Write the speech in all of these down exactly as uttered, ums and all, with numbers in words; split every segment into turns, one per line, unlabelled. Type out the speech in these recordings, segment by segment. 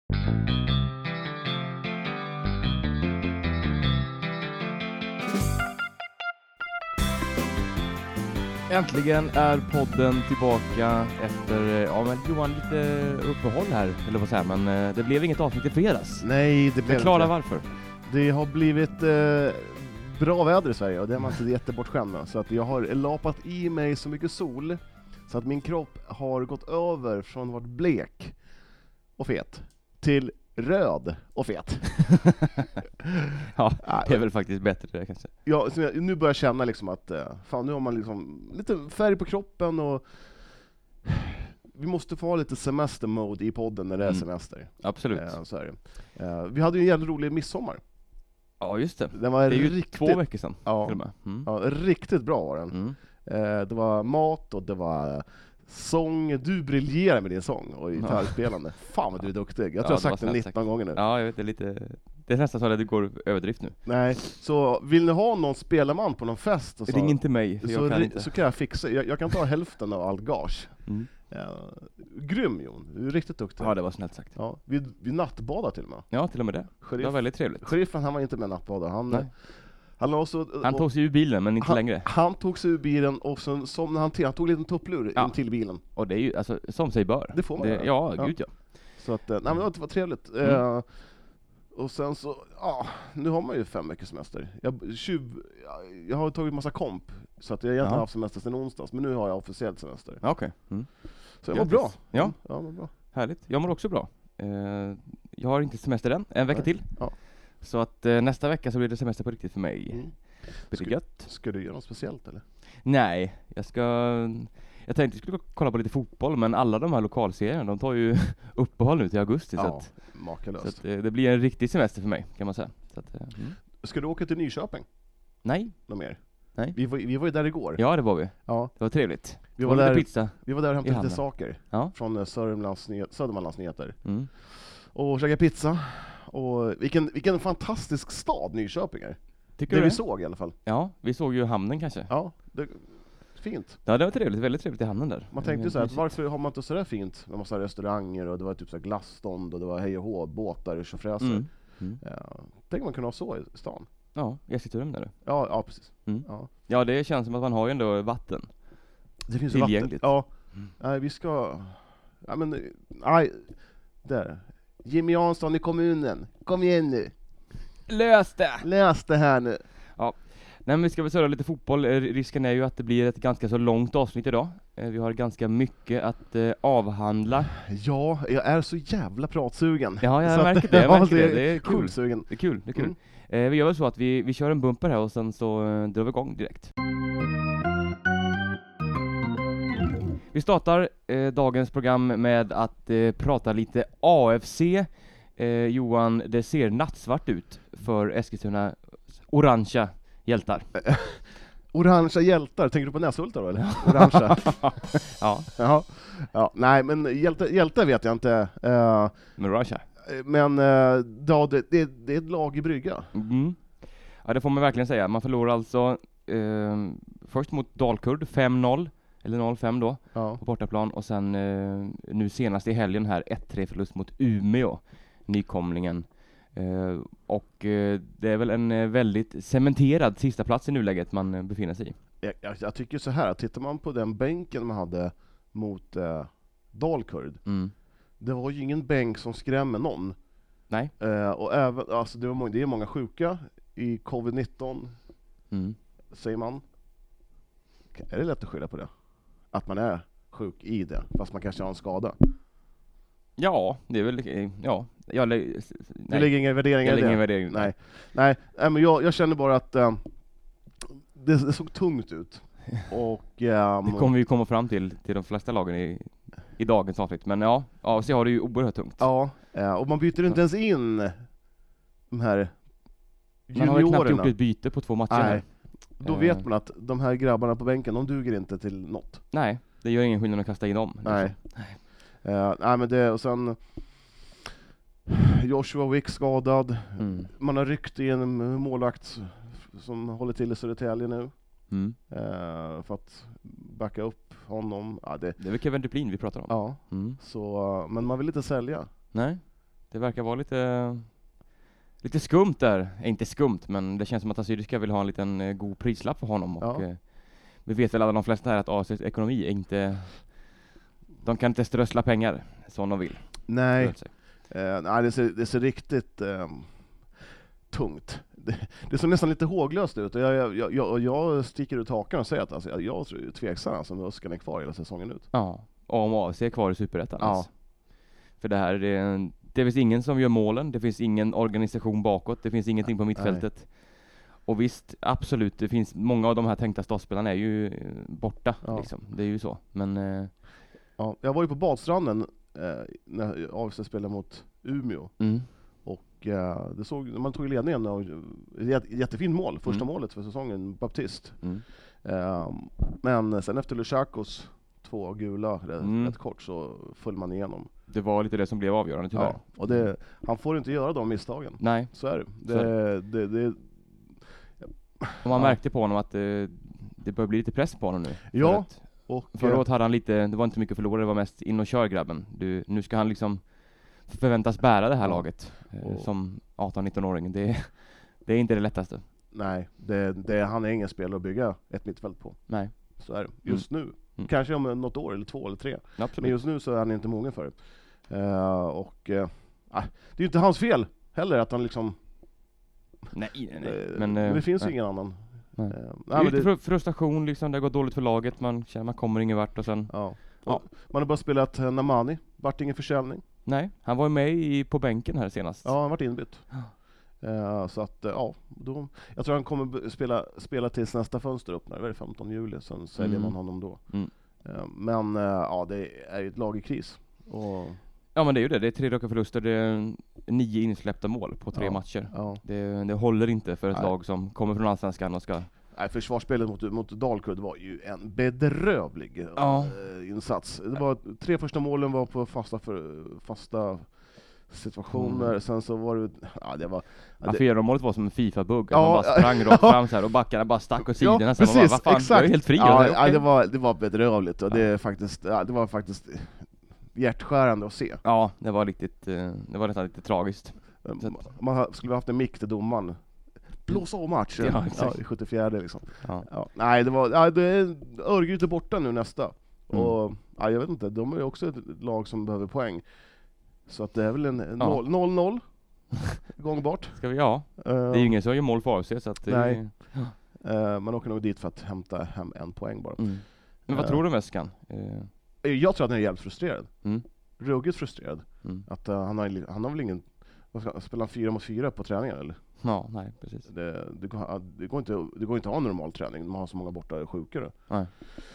Äntligen är podden tillbaka efter, ja men Johan, lite uppehåll här, eller vad säger men det blev inget avsnitt i fredags.
Nej, det blev
Förklara
inte.
varför.
Det har blivit eh, bra väder i Sverige och det är man inte jättebortskämd med. Så att jag har lapat i mig så mycket sol så att min kropp har gått över från att vara blek och fet till röd och fet.
Ja, det är väl faktiskt bättre det kanske.
Ja, så jag, nu börjar jag känna liksom att eh, fan, nu har man liksom lite färg på kroppen och vi måste få ha lite semestermode i podden när det är
Mm.
semester.
Absolut.
Eh, så är det. Eh, vi hade ju en jävligt rolig midsommar.
Ja, just det.
Den var
Det är ju
riktigt,
två veckor sedan.
ja,
Till och med. Mm.
ja, riktigt bra var den.
Mm.
Eh, det var mat och det var sång. Du briljerar med din sång och gitarrspelande. Fan vad du är duktig. Jag tror
Ja,
jag har sagt
det
det
var
nitton
snällt
gånger nu.
Ja, jag vet, det är lite... Det är nästan så att det går överdrift nu.
Nej, så vill ni ha någon spelarman på någon fest och så,
Ring inte mig, för
så,
jag kan
ri-
inte.
så kan jag fixa. Jag, jag kan ta hälften av all gage.
Mm.
Eh, grym Jon, du är riktigt duktig.
Ja, det var snällt sagt.
Ja, vi, vi nattbadar till och med.
Ja, till och med det. Det
Sheriff,
var väldigt trevligt.
sheriffen han var inte med nattbadar. Han,
Nej.
han, också,
Han tog sig ur bilen, men inte
han,
längre.
Han tog sig ur bilen och sen somnade han till. Han tog en liten topplur
Ja.
in till bilen.
Och det är ju, alltså, som sig bör.
Det får man
det,
göra.
Ja,
Ja.
gud ja.
Så att, eh, nej men det var trevligt.
Mm.
Eh, och sen så, ja, nu har man ju fem veckors semester. Jag, tjuv, jag, jag har tagit massa komp, så att jag egentligen
Ja.
har haft semester sedan onsdags, men nu har jag officiellt semester.
Ja, okej. Mm.
Så det var
Grattis.
bra.
Ja.
Ja, det var bra.
Härligt. Jag mår också bra. Eh, jag har inte semester än, en vecka
Nej.
till.
Ja.
Så att eh, nästa vecka så blir det semester på riktigt för mig.
Mm.
Blir det
Ska-
gött?
Ska du göra något speciellt eller?
Nej, jag ska... Jag tänkte jag skulle kolla på lite fotboll, men alla de här lokalserierna, de tar ju uppehåll nu till augusti. Så,
Ja,
att, så
makalöst.
att, eh, det blir en riktig semester för mig, kan man säga. Så att, eh, mm.
Ska du åka till Nyköping?
Nej,
Något mer?
Nej.
Vi var, vi var ju där igår.
ja det var vi.
Ja,
Det var trevligt.
vi
Det
var,
lite
där,
pizza.
vi var där och hämtade
Hanna.
lite saker
Ja.
från eh, Sörmlands Nyhe- Södermanlands Nyheter.
Mm.
Och käkade pizza. Och vilken, vilken fantastisk stad Nyköping är.
Tycker
Det
du
vi
det?
såg i alla fall.
Ja, vi såg ju hamnen kanske.
Ja, det, fint.
Ja, det var trevligt. Väldigt trevligt i hamnen där.
Man
Det
tänkte
var
så här,
mysigt.
varför har man inte så där fint med massa restauranger och det var typ så här glassstånd och det var hej och hå, båtar och tjofräser.
Mm. Mm.
Ja, tänk man kunna ha så i stan.
Ja, Eskilstuna där.
Ja, ja precis.
Mm.
Ja.
Ja, det känns som att man har ju ändå vatten.
Det finns ju vatten.
Tillgängligt.
Ja,
Mm.
nej, vi ska... Ja, men, nej, där. Jimmy Jansson i kommunen, kom igen nu.
Lös det!
Läs det här nu.
Nej, men vi ska väl söra lite fotboll. Eh, Risken är ju att det blir ett ganska så långt avsnitt idag. Eh, Vi har ganska mycket att eh, avhandla.
Ja, jag är så jävla pratsugen.
Ja, jag
Så att-
märker det. Jag
ja,
märker det. Det är kul.
sjukt sugen.
Det är kul. Det är kul.
Mm.
Eh, vi gör väl så att vi, vi kör en bumper här och sen så eh, drar vi igång direkt. Vi startar eh, dagens program med att eh, prata lite A F C. Eh, Johan, det ser nattsvart ut för Eskilstuna orangea hjältar.
Orangea hjältar, tänker du på Näshultar då eller? Orangea.
Ja,
Jaha. Ja, nej, men hjältar, hjältar vet jag inte. Eh,
men orangea.
men eh, ja, det, det, det är ett lag i brygga.
Mm. Ja, det får man verkligen säga. Man förlorar alltså eh, först mot Dalkurd fem noll, eller noll fem då,
Ja.
på bortaplan. Och sen eh, nu senast i helgen här ett tre förlust mot Umeå, nykomlingen. Eh, och eh, det är väl en eh, väldigt cementerad sista plats i nuläget man eh, befinner sig i.
Jag, jag, jag tycker så här, tittar man på den bänken man hade mot eh, Dalkurd,
Mm.
det var ju ingen bänk som skrämmer någon.
Nej.
Eh, och även, alltså det, var många, det är många sjuka i covid nitton,
Mm.
säger man. Är det lätt att skylla på det? Att man är sjuk i det, fast man kanske har en skada.
Ja, det är väl... eh, Ja, jag, lä- s- s-
Det
nej.
ligger inga värderingar
Jag
i
lägger
det.
ingen värdering.
Nej, nej, nej men jag, jag känner bara att eh, det, det såg tungt ut. Och ehm,
Det kommer vi komma fram till till de flesta lagen i, i dagens avsnitt. Men ja, A F C har det ju oerhört tungt.
ja, eh, och man byter inte ens in de här
Man har ju knappt gjort
juniorerna.
ett byte på två matcher.
Nej.
här.
Då
Eh.
vet man att de här grabbarna på bänken, de duger inte till något.
Nej, det gör ingen skillnad att kasta in dem.
Nej. Eh, nej men det, och sen Joshua Wick skadad.
Mm.
Man har ryckt in en målvakt som håller till i Södertälje nu.
Mm.
Eh, för att backa upp honom. Ja, det,
Det är väl Kevin Duplin vi pratar om.
ja,
Mm.
så, men man vill inte sälja.
Nej, Det verkar vara lite lite skumt där. Eh, inte skumt, men det känns som att Assyriska vill ha en liten eh, god prislapp för honom. Och,
Ja.
eh, vi vet väl alla de flesta här att A C:s ekonomi är inte... De kan inte strössla pengar som de vill.
Nej, eh, nej det, ser, det ser riktigt eh, tungt. Det, det ser nästan lite håglöst ut. Och jag, jag, jag, jag sticker ut hakan och säger att alltså, jag, jag är tveksam alltså, om Öskan är kvar hela säsongen ut.
Ja, och om A C är kvar i Superettan.
Ja.
Alltså. För det här, det, är, det finns ingen som gör målen, det finns ingen organisation bakåt, det finns ingenting på mittfältet. Nej. Och visst, absolut, det finns många av de här tänkta startspelarna är ju borta,
ja. liksom.
Det är ju så. Men eh...
ja, jag var ju på badstranden eh, när A F C spelade mot Umeå.
Mm.
Och eh, det såg, man tog ledningen och ett jättefint mål, första mm. målet för säsongen, Baptist.
Mm.
Eh, men sen efter Lushakos två gula rätt,
mm.
rätt kort så föll man igenom.
Det var lite det som blev avgörande tyvärr.
Ja, och det, han får inte göra de misstagen.
Nej.
Så är det. det,
så är
det, det, det
och man märkte på honom att det, det börjar bli lite press på honom nu.
Ja.
Att,
och
förra året hade han lite, det var inte mycket att förlora, det var mest in och kör grabben. Du, nu ska han liksom förväntas bära det här ja. laget eh, som arton-nitton-åring. Det, det är inte det lättaste.
Nej, det, det, han är ingen spelare att bygga ett mittfält på.
Nej.
Så är det. Just mm. nu.
Mm.
Kanske om något år eller två eller tre.
Absolut.
Men just nu så är han inte mogen för det. Uh, och uh, det är ju inte hans fel heller att han liksom...
Nej, nej, nej.
Uh,
men,
men det
uh,
finns
nej.
ju ingen annan.
Nej. Uh, det är lite det... frustration liksom, det har gått dåligt för laget, man känner man kommer ingen vart och sen...
Ja. Ja. Man har bara spelat uh, Namani, vart ingen försäljning.
Nej, han var med i, på bänken här senast.
Ja, han har varit inbytt. Uh, så att, uh, ja, då, jag tror han kommer spela, spela tills nästa fönster öppnar, det är femtonde juli, sen säljer mm. man honom då.
Mm.
Uh, men uh, ja, det är ju ett lag i kris. Och...
Ja, men det är ju det, det är tre raka förluster, det är nio insläppta mål på tre
ja.
matcher.
Ja.
Det, det håller inte för ett
Nej.
lag som kommer från Allsvenskan och ska...
Nej, försvarsspelet mot, mot Dalkurd var ju en bedrövlig
ja.
uh, insats. Det var, tre första målen var på fasta, för, fasta situationer, mm. sen så var det... Ja, det var...
Ja, det, fjärdemålet var som en FIFA-bugg, ja, man bara sprang rakt fram så här och backarna bara stack åt sidorna.
Ja,
sen
precis,
man bara, vad fan,
exakt.
Jag är helt fri.
Ja,
det,
ja,
okay.
det, var, det var bedrövligt och ja. det, är faktiskt, ja, det var faktiskt hjärtskärande att se.
Ja, det var riktigt, det var nästan lite tragiskt.
Man skulle ha haft en mick till domaren. Blåsa av matchen.
Ja,
ja, i sjuttiofjärde liksom.
Ja.
Ja, nej, det var, ja, det är Örgryte borta nu nästa.
Mm.
Och ja, jag vet inte, de är ju också ett lag som behöver poäng. Så att det är väl en noll noll gångbart.
Ska vi, ja. Uh, det är ju ingen som gör mål för A F C, så att det
nej.
Är...
Uh, man åker nog dit för att hämta hem en poäng bara.
Mm. Men vad uh, tror du om Öskan?
Uh... Jag tror att han är jävligt frustrerad.
Mm.
Ruggigt frustrerad.
Mm.
Att uh, han, har, han har väl ingen... Vad ska, spelar fyra mot fyra på träningen eller?
Ja, nej, precis.
Det, det, går, det, går inte, det går inte att ha normal träning. Man har så många borta sjukare.
Nej.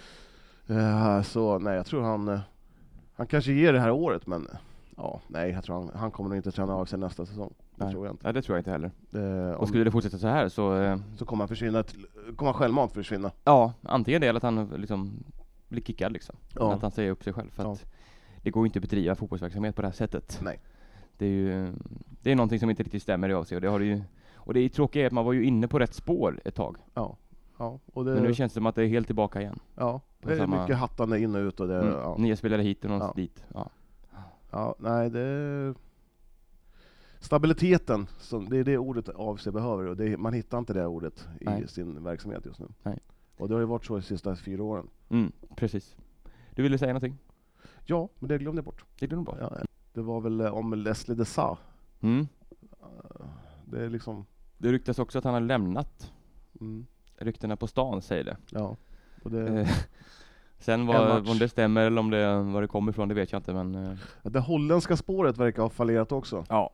Uh, så nej, jag tror han... Uh, han kanske ger det här året, men... Ja, nej, jag tror han, han kommer nog inte träna av sig nästa säsong. Det
nej.
tror jag inte.
Nej, det tror jag inte heller.
Uh,
och skulle det fortsätta så här så... Uh,
så kommer han försvinna, till, kommer han självmant försvinna.
Ja, antingen det eller att han liksom blir kickad liksom.
Ja.
Att han säger upp sig själv. För
ja.
att det går ju inte att bedriva fotbollsverksamhet på det här sättet.
Nej.
Det är ju... Det är någonting som inte riktigt stämmer i A F C och det har det ju... Och det är tråkigt att man var ju inne på rätt spår ett tag.
Ja. Ja, och det...
Men nu känns det som att det är helt tillbaka igen.
Ja, det är samma... mycket hattande in och ut och det...
Mm.
Ja.
Nya spelare hit och någon
ja.
dit. Ja.
Ja, nej det... Stabiliteten, som, det är det ordet A F C behöver och det, man hittar inte det ordet i nej. sin verksamhet just nu.
Nej.
Och det har ju varit så de sista fyra åren.
Mm, precis. Du ville säga någonting?
Ja, men det glömde jag bort.
Det glömde bort?
Ja, det var väl om Leslie Dessau.
Mm.
Det är liksom...
Det ryktas också att han har lämnat.
Mm.
Ryktena på stan säger det.
Ja. Och det...
Sen vad, om det stämmer eller om det, var det kommer ifrån, det vet jag inte. Men...
Det holländska spåret verkar ha fallerat också.
Ja.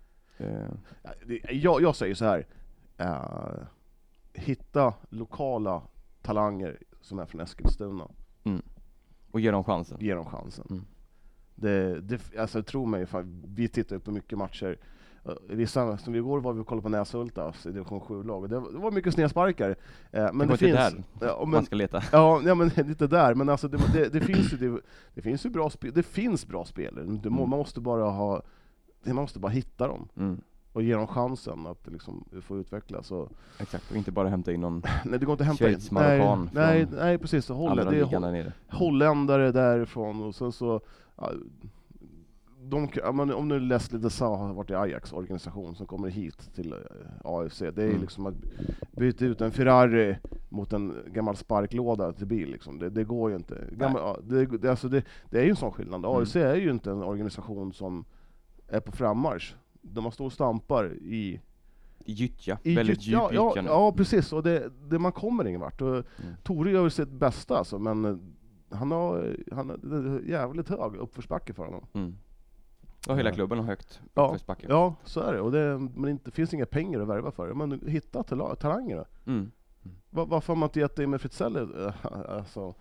Jag, jag säger så här. Uh, hitta lokala talanger som är från Eskilstuna.
Mm. Och ge dem chansen.
Ge dem chansen.
Mm.
Det, det, alltså, tro mig, fan, vi tittar på mycket matcher. Uh, vissa, som igår var vi och kollade på Näshulta i division sju-lag. Det, det var mycket snedsparkar. Uh, men det,
det
finns...
Där. Ja, men, man ska leta.
Ja, ja men lite där. Men alltså, det, det, det finns ju det, det finns ju bra spel. Det finns bra spelare. Det, mm. Man måste bara ha... Man måste bara hitta dem.
Mm. Och
ge dem chansen att liksom få utvecklas. Och...
Exakt, och inte bara hämta in någon
nej, det går inte att hämta
Schweiz, Marokkan.
Nej, nej, nej, precis. Håll, det är
där nere.
holländare därifrån och sen så ja, de, om nu läst lite så har varit i Ajax organisation som kommer hit till A F C. Det är
Mm.
liksom att byta ut en Ferrari mot en gammal sparklåda till bil liksom. Det, det går ju inte. Gammal, ja, det, det, alltså det, det är ju en sån skillnad. A F C mm. är ju inte en organisation som är på frammarsch. De har står och stampar i
I gyttja,
I
väldigt
gytt,
djup
ja, ja,
gyttja nu.
ja, precis. Och det, det, man kommer ingen vart. Och
Mm.
Tore gör sitt bästa alltså, men han har, han har jävligt hög uppförsbacke för honom.
Mm. Och hela
Ja.
klubben har högt
Ja,
uppförsbacke.
ja, så är det. Och det men det finns inga pengar att värva för. Men hitta tala- talanger då.
Mm. Mm.
Var, varför har man inte gett det med Fritzell? Alltså,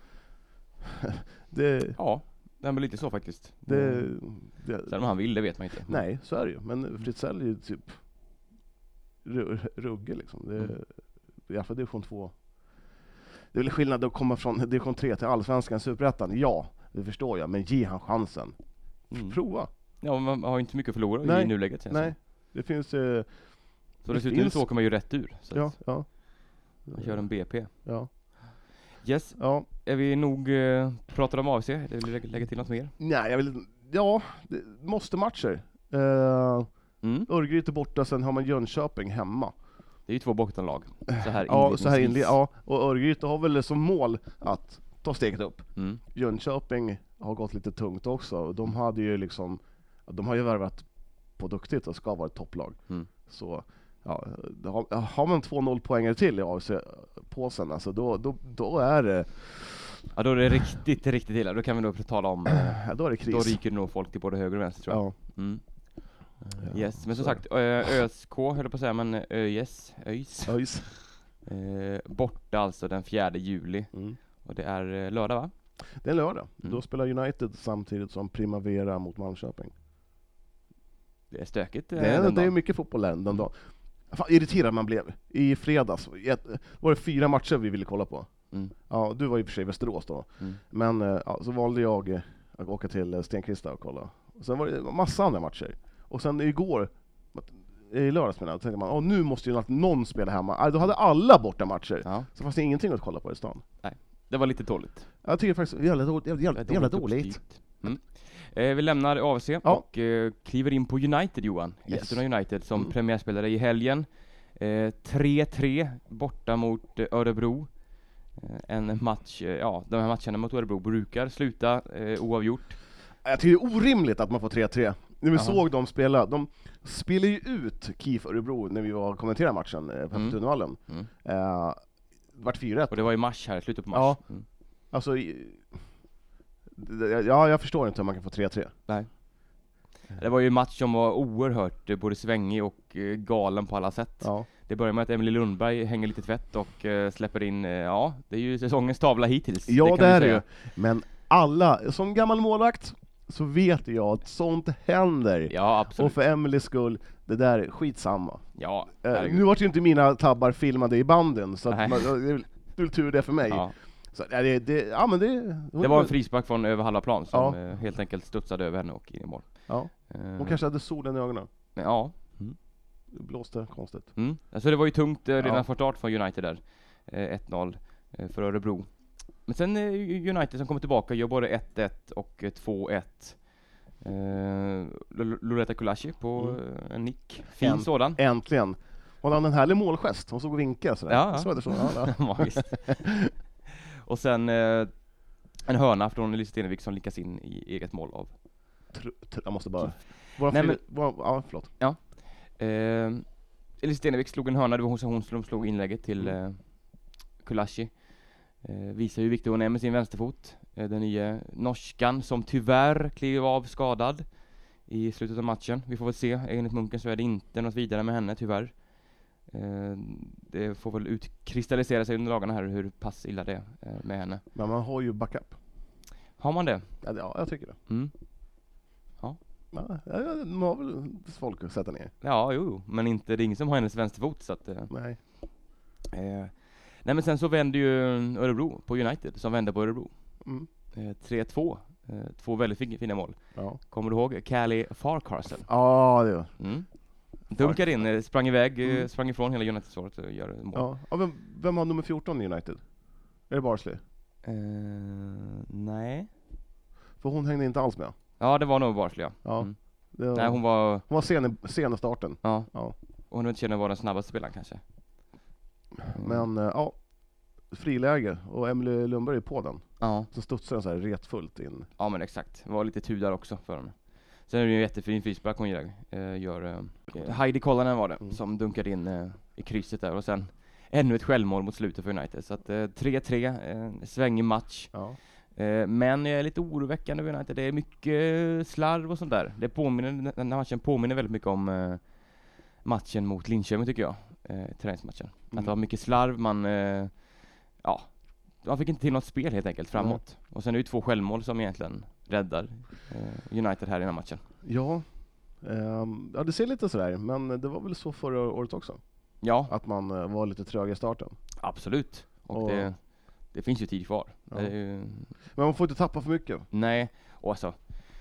det,
Ja, det är väl lite så faktiskt.
det, det,
Sen om han vill, det vet man inte.
nej, så är det ju. Men Fritzell är ju typ ru- rugge liksom. Det,
Mm.
I alla fall division två. Det är väl skillnad att komma från division tre till allsvenskan, superettan. Ja, det förstår jag. Men ge han chansen.
Mm.
Prova.
Ja, man har inte mycket att förlora
Nej,
i nuläget. känns
Nej,
det.
det finns... Eh,
Så
det
dessutom
finns-
så åker man ju rätt ur. Så
ja,
att
ja.
man kör en B P.
Ja.
Yes,
Ja.
är vi nog eh, pratar om A F C? Eller vill du lägga, lägga till något mer?
Nej, jag vill... Ja, det måste matcher. Uh,
Mm.
Örgryte borta, sen har man Jönköping hemma.
Det är ju två bottenlag. Så här
Ja, så här inled-
inledningsvis.
ja, och Örgryte har väl som mål att ta steget upp.
Mm.
Jönköping har gått lite tungt också. De hade ju liksom, de har ju värvat på duktigt och ska vara ett topplag.
Mm.
Så ja, har, har man två noll poängare till i A F C-påsen, alltså då, då, då är det
Ja, då är det riktigt, riktigt illa. Då kan vi nog tala om... Eh,
ja, då är det kris.
då ryker nog folk till både höger och vänster, tror jag.
Ja.
Mm.
Ja,
Yes, men som
så.
sagt, Ö- ÖSK höll jag på att säga, men ÖIS, ÖIS.
Öjs.
Eh, borta alltså den fjärde juli.
Mm.
Och det är eh, lördag, va?
Det är en lördag.
Mm.
Då spelar United samtidigt som Primavera mot Malmköping.
Det är stökigt. eh,
Det är,
den
det är
dagen.
mycket fotboll den den dagen. Fan, irriterad man blev. I fredags ett, var det fyra matcher vi ville kolla på.
Mm.
Ja, du var i och för sig i Västerås då.
Mm.
Men eh, ja, så valde jag eh, att åka till eh, Stenkrista och kolla. Och sen var det massa andra matcher. Och sen igår, i lördags menar jag, då tänkte man, åh, nu måste ju någon spela hemma. Ah, då hade alla borta matcher.
Ja,
Så fanns det ingenting att kolla på i stan.
det var lite dåligt.
Jag tycker faktiskt, jävla, dåligt, jävla, jävla, jävla dåligt.
uppstyrt. Mm. Eh, vi lämnar A F C
Ja.
och eh, kliver in på United, Johan.
Yes.
Eskilstuna United som
Mm.
premiärspelare i helgen. Eh, tre tre borta mot eh, Örebro. Eh, en match, eh, ja, de här matcherna mot Örebro brukar sluta eh, oavgjort.
Jag tycker det är orimligt att man får tre tre. När vi
Jaha.
såg dem spela, de spelade ju ut KIF Örebro när vi var och kommenterade matchen eh, på
Mm.
Tunnvallen.
Mm.
Eh, vart fyra ett.
Och det var i mars här, slutet på mars.
Ja.
Mm.
Alltså, i- det- ja, jag förstår inte hur man kan få tre tre.
Nej. Det var ju en match som var oerhört eh, både svängig och eh, galen på alla sätt.
Ja.
Det börjar med att Emily Lundberg hänger lite tvätt och eh, släpper in, eh, ja, det är ju säsongens tavla hittills.
Ja,
kan
det
vi
är det
säga.
ju. Men alla, som gammal målvakt så vet jag att sånt händer.
Ja,
Och
absolut.
för Emelies skull, det där är skitsamma.
Ja,
Eh,
herregud.
nu var det ju inte mina tabbar filmade i banden, så att
Nej.
man, det är väl- det är väl tur det för mig.
Ja.
Så, ja, det, det, ja, men det,
Det var en frispark från över halva plan som
Ja.
eh, helt enkelt studsade över henne och in i mål.
Ja.
Eh,
Hon kanske hade solen i ögonen.
men, ja.
Det blåste konstigt.
Mm. Alltså det var ju tungt eh, redan
Ja.
från start från United där. Eh, ett noll eh, för Örebro. Men sen eh, United som kommer tillbaka gör både ett ett och eh, två ett. Eh, L- Loretta Kulashi på
Mm.
eh, en nick. Fin
En-
sådan.
Äntligen! Hon hade en härlig målgest, hon såg och vinkade sådär.
Ja, ja.
Så är det så. Ja, ja.
Magiskt. Och sen eh, en hörna från Elise Stenevik som lyckas in i eget mål av.
Tr- tr- jag måste bara... Våra
Nej,
fri-
men-
våra, ja, förlåt.
Eh, Elise Stenevik slog en hörna, det var hon som hon slog, slog inlägget till
Mm.
eh, Kulashi. Eh, visar hur viktig hon är med sin vänsterfot. Eh, den nya norskan som tyvärr klev av skadad i slutet av matchen. Vi får väl se, enligt Munken så är det inte något vidare med henne tyvärr. Eh, det får väl utkristallisera sig under dagarna här hur pass illa det är eh, med henne.
Men man har ju backup.
Har man det?
Ja, det- ja jag tycker det.
Mm.
Ja, ja, ja, man har väl folk att sätta ner.
Ja, jo, jo, men inte, det är ingen som har hennes vänsterfot så att... Eh,
Nej.
eh, nej men sen så vänder ju Örebro på United, som vänder på Örebro.
Mm.
Eh, tre två. Eh, två väldigt fin- fina mål.
Ja.
Kommer du ihåg? Callie Farcarson.
Ja, det gör
Mm. Dunkar in, eh, sprang iväg, eh,
Mm.
sprang ifrån hela United-svaret och gör mål.
ja. ja vem, vem har nummer fjorton i United? Är det Barsley?
Eh, nej.
För hon hängde inte alls med.
Ja, det var nog Barsley, ja.
Ja.
Mm.
Det var,
Nej, hon var...
hon var sen, sen i starten.
Ja.
Ja.
Och hon känner vara den snabbaste spelaren kanske.
Men eh, ja, friläge. Och Emily Lundberg är på den.
Ja.
Så studsar den så här retfullt in.
Ja, men exakt. Det var lite tur där också för henne. Sen är det ju en jättefin frispark hon gör. Eh, gör eh, Heidi Kollanen var det,
Mm.
som dunkade in eh, i krysset där. Och sen ännu ett självmål mot slutet för United. Så att eh, tre tre, eh, svängig match.
Ja.
Eh, men jag är lite oroväckande över United. Det är mycket slarv och sånt där. Det påminner, den här matchen påminner väldigt mycket om eh, matchen mot Linköping tycker jag. Eh, träningsmatchen.
Mm.
Att det var mycket slarv, man... Eh, ja, man fick inte till något spel helt enkelt framåt. Mm. Och sen är det ju två självmål som egentligen räddar eh, United här i den här matchen.
Ja. Um, ja, det ser lite sådär, men det var väl så förra året också.
Ja.
Att man uh, var lite trög i starten.
Absolut. Och,
och
det, det finns ju tid kvar.
Ja.
Det är ju...
Men man får inte tappa för mycket.
Nej, och alltså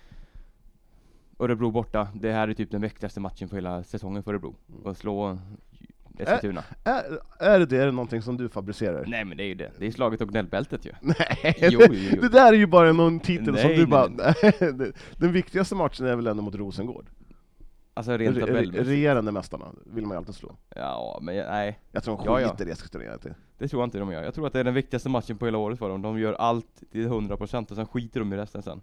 Örebro borta, det här är typ den viktigaste matchen för hela säsongen för Örebro.
Mm.
Och slå Eskilstuna.
Är, är det det är det någonting som du fabricerar?
Nej, men det är ju det. Det är slaget och gnällbältet ju.
Nej,
Jo, jo, jo.
det där är ju bara någon titel
Nej,
som du
nej,
bara... Nej. Den viktigaste matchen är väl ändå mot Rosengård.
Alltså rent
Re-
tabellmässigt.
regerande mästarna vill man ju alltid slå.
Ja, men jag- nej.
Jag tror de
Ja, ja.
skiter i Eskilstuna till.
Det tror jag inte de gör. Jag tror att det är den viktigaste matchen på hela året för dem. De gör allt till hundra procent och sen skiter de i resten sen.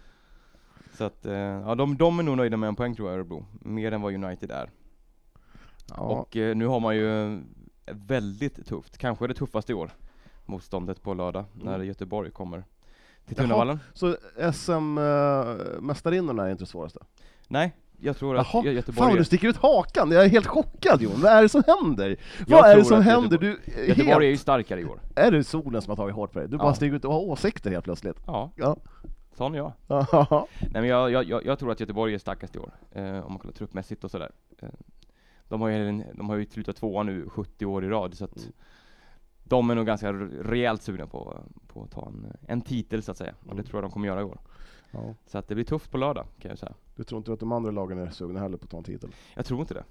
Så att, eh, ja, de, de är nog nöjda med en poäng tror jag, Örebro. Mer än vad United är.
Ja.
Och eh, nu har man ju väldigt tufft, kanske det tuffaste i år, motståndet på lördag
Mm.
när Göteborg kommer till
Jaha.
Tunnavallen.
Så S M-mästarinnorna är inte det svåraste?
Nej, jag tror att
Jaha,
Gö- Göteborg
fan
är,
du sticker ut hakan, jag är helt chockad Jon. Vad är det som händer?
Jag
Vad är det
tror
som
att
händer?
Göteborg-
Du, är
Göteborg är
helt,
ju starkare i år.
är det solen som har tagit hårt på dig? Du bara
Ja.
stiger ut och har åsikter helt plötsligt.
Ja,
Ja.
sån är jag.
Ja.
Nej, men jag, jag, jag, jag tror att Göteborg är starkast i år, eh, om man kollar truppmässigt och sådär. Eh, de, har ju, en- de har ju slutat tvåa nu sjuttio år i rad, så att
Mm.
de är nog ganska r- rejält sugna på, på att ta en, en titel så att säga. Och det
Mm.
tror jag de kommer göra i år.
Ja.
Så att det blir tufft på lördag kan jag säga.
Du tror inte att de andra lagen är sugna heller på att ta en titel?
Jag tror inte det.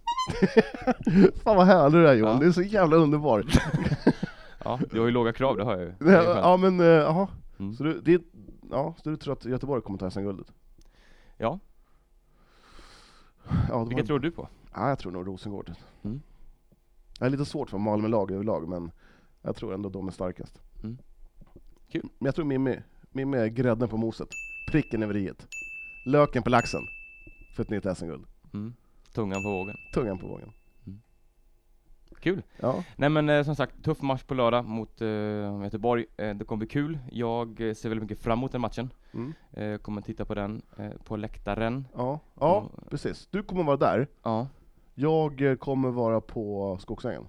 Fan vad härlig du är Jon,
Ja.
det är så jävla underbar.
Ja, du har ju låga krav, det har jag ju. Det är skönt.
Ja men, eh, jaha.
Mm.
Så, du, det, ja, så du tror att Göteborg kommer ta S M-guldet?
Ja,
Ja, de
vilka
har...
tror du på?
Ja, jag tror nog Rosengård.
Mm.
Det är lite svårt för Malmö-lag överlag, men jag tror ändå de är starkast.
Mm. Kul.
Men jag tror Mimmi, Mimmi är grädden på moset. Pricken över iet. Löken på laxen. För ett nytt S M-guld.
Mm. Tungan på vågen.
Tungan på vågen.
Kul.
Ja.
Nej men eh, som sagt, tuff match på lördag mot eh, Göteborg. Eh, det kommer bli kul. Jag eh, ser väldigt mycket fram emot den matchen.
Mm.
Eh, kommer titta på den eh, på läktaren.
Ja. Ja,
Mm.
precis. Du kommer vara där.
Ja.
Jag eh, kommer vara på Skogsängen.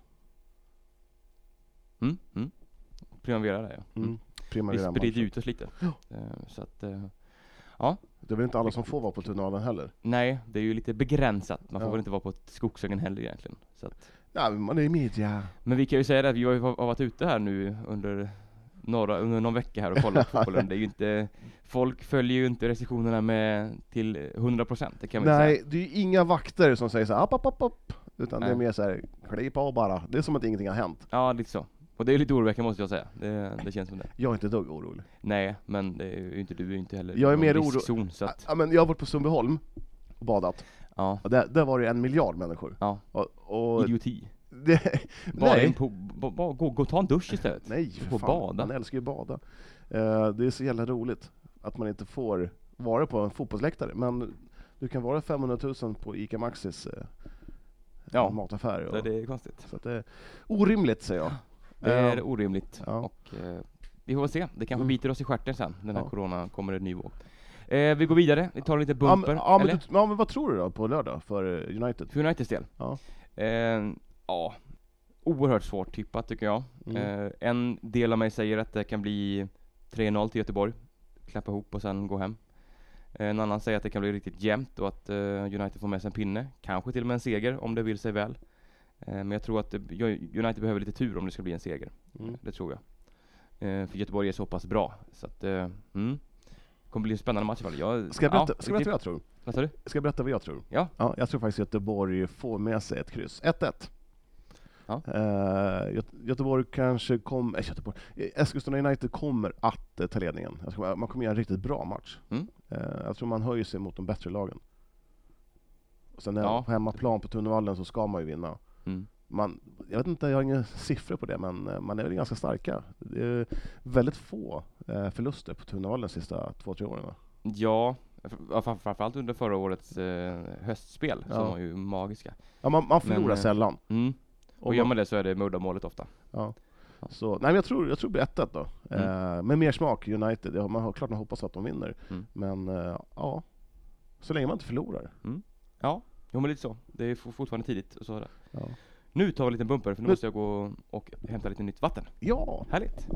Mm. Mm. Primavera där ja.
Mm.
Mm.
Prima
Vi
vid den
sprider
matchen.
ut oss lite.
Ja.
Eh, så att, eh, ja.
Det är väl inte alla som får vara på Tunnalen heller.
Nej, det är ju lite begränsat. Man får
Ja.
väl inte vara på ett Skogsängen heller egentligen. Så att,
Ja, men man är i media.
men vi kan ju säga det att vi har ju va- varit ute här nu under några, under någon vecka här och kollat på fotbollen. Det är ju inte, folk följer ju inte restriktionerna med till hundra procent, det kan vi säga.
Nej, det är ju inga vakter som säger så här, app, app, app, app. Utan det är
Nej.
mer så här, kliv på bara. Det är som att ingenting har hänt.
Ja, lite så. Och det är lite oroväckande måste jag säga. Det, det känns som det.
Jag är inte ett dugg orolig.
Nej, men det är ju inte du är ju inte heller.
Jag är
någon
mer oro-
riskzon, så att,
Ja, men jag har varit på Sundbyholm och badat.
ja,
Och där, där var det en miljard människor.
ja,
Och, och
idioti.
det,
Bara en
nej,
po- ba, ba, gå, gå och ta en dusch istället.
nej,
Du
för
får
fan.
bada.
Man älskar ju bada. Eh, det är så jävla roligt att man inte får vara på en fotbollsläktare. Men du kan vara femhundratusen på Ica Maxis eh,
Ja,
mataffär. Och,
det, det är konstigt.
Så att det är orimligt, säger jag.
Det är
Eh,
orimligt.
ja.
Och eh, vi får väl se. Det kanske
Mm.
biter oss i stjärten sen, när den här
Ja.
corona kommer en ny våg. Eh, vi går vidare. Vi tar lite
ja,
bumper.
men, ja, men,
eller?
du, ja, men vad tror du då på lördag för eh, United?
För Uniteds del?
Ja.
Eh, ja, oerhört svårt tippat tycker jag.
Mm.
Eh, en del av mig säger att det kan bli tre noll till Göteborg. Klappa ihop och sen gå hem. Eh, en annan säger att det kan bli riktigt jämnt och att eh, United får med sig en pinne. Kanske till och med en seger om det vill sig väl. Eh, men jag tror att eh, United behöver lite tur om det ska bli en seger.
Mm.
Det tror jag. Eh, för Göteborg är så pass bra. Så att, eh, mm. Det kommer bli en spännande match i alla fall. Jag,
Ska jag berätta,
ja,
ska jag berätta vad
riktigt-
jag tror?
Vad sa du?
Ska jag berätta vad jag tror?
Ja.
Ja, jag tror faktiskt Göteborg får med sig ett kryss. ett ett.
Ja.
Uh, Göte- Göteborg kanske kommer... Äh, Göteborg. Eskilstuna United kommer att uh, ta ledningen. Jag tror, man kommer göra en riktigt bra match.
Mm.
Uh, jag tror man höjer sig mot de bättre lagen. Och sen
Ja.
på hemmaplan på Tunnevallen så ska man ju vinna.
Mm.
Man, jag vet inte, jag har inga siffror på det, men uh, man är väl ganska starka. Det är väldigt få uh, förluster på Tunnevallen de sista två, tre åren.
Ja, fr- framförallt under förra årets eh, höstspel
Ja.
som var ju magiska.
Ja, man, man förlorar
Men, eh,
sällan.
Mm. Och,
Och
gör
man-
man det så är det muddamålet ofta.
Ja. Så, nej, men jag tror, jag tror det blir ett ett då.
Mm.
Eh, med mer smak United. Ja, man har klart man hoppas att de vinner.
Mm.
Men eh, ja, så länge man inte förlorar.
Ja, jo men lite så. Det är f- fortfarande tidigt och så är det.
Ja.
Nu tar vi en liten bumper för nu
Nu-
måste jag gå och hämta lite nytt vatten.
Ja,
Härligt!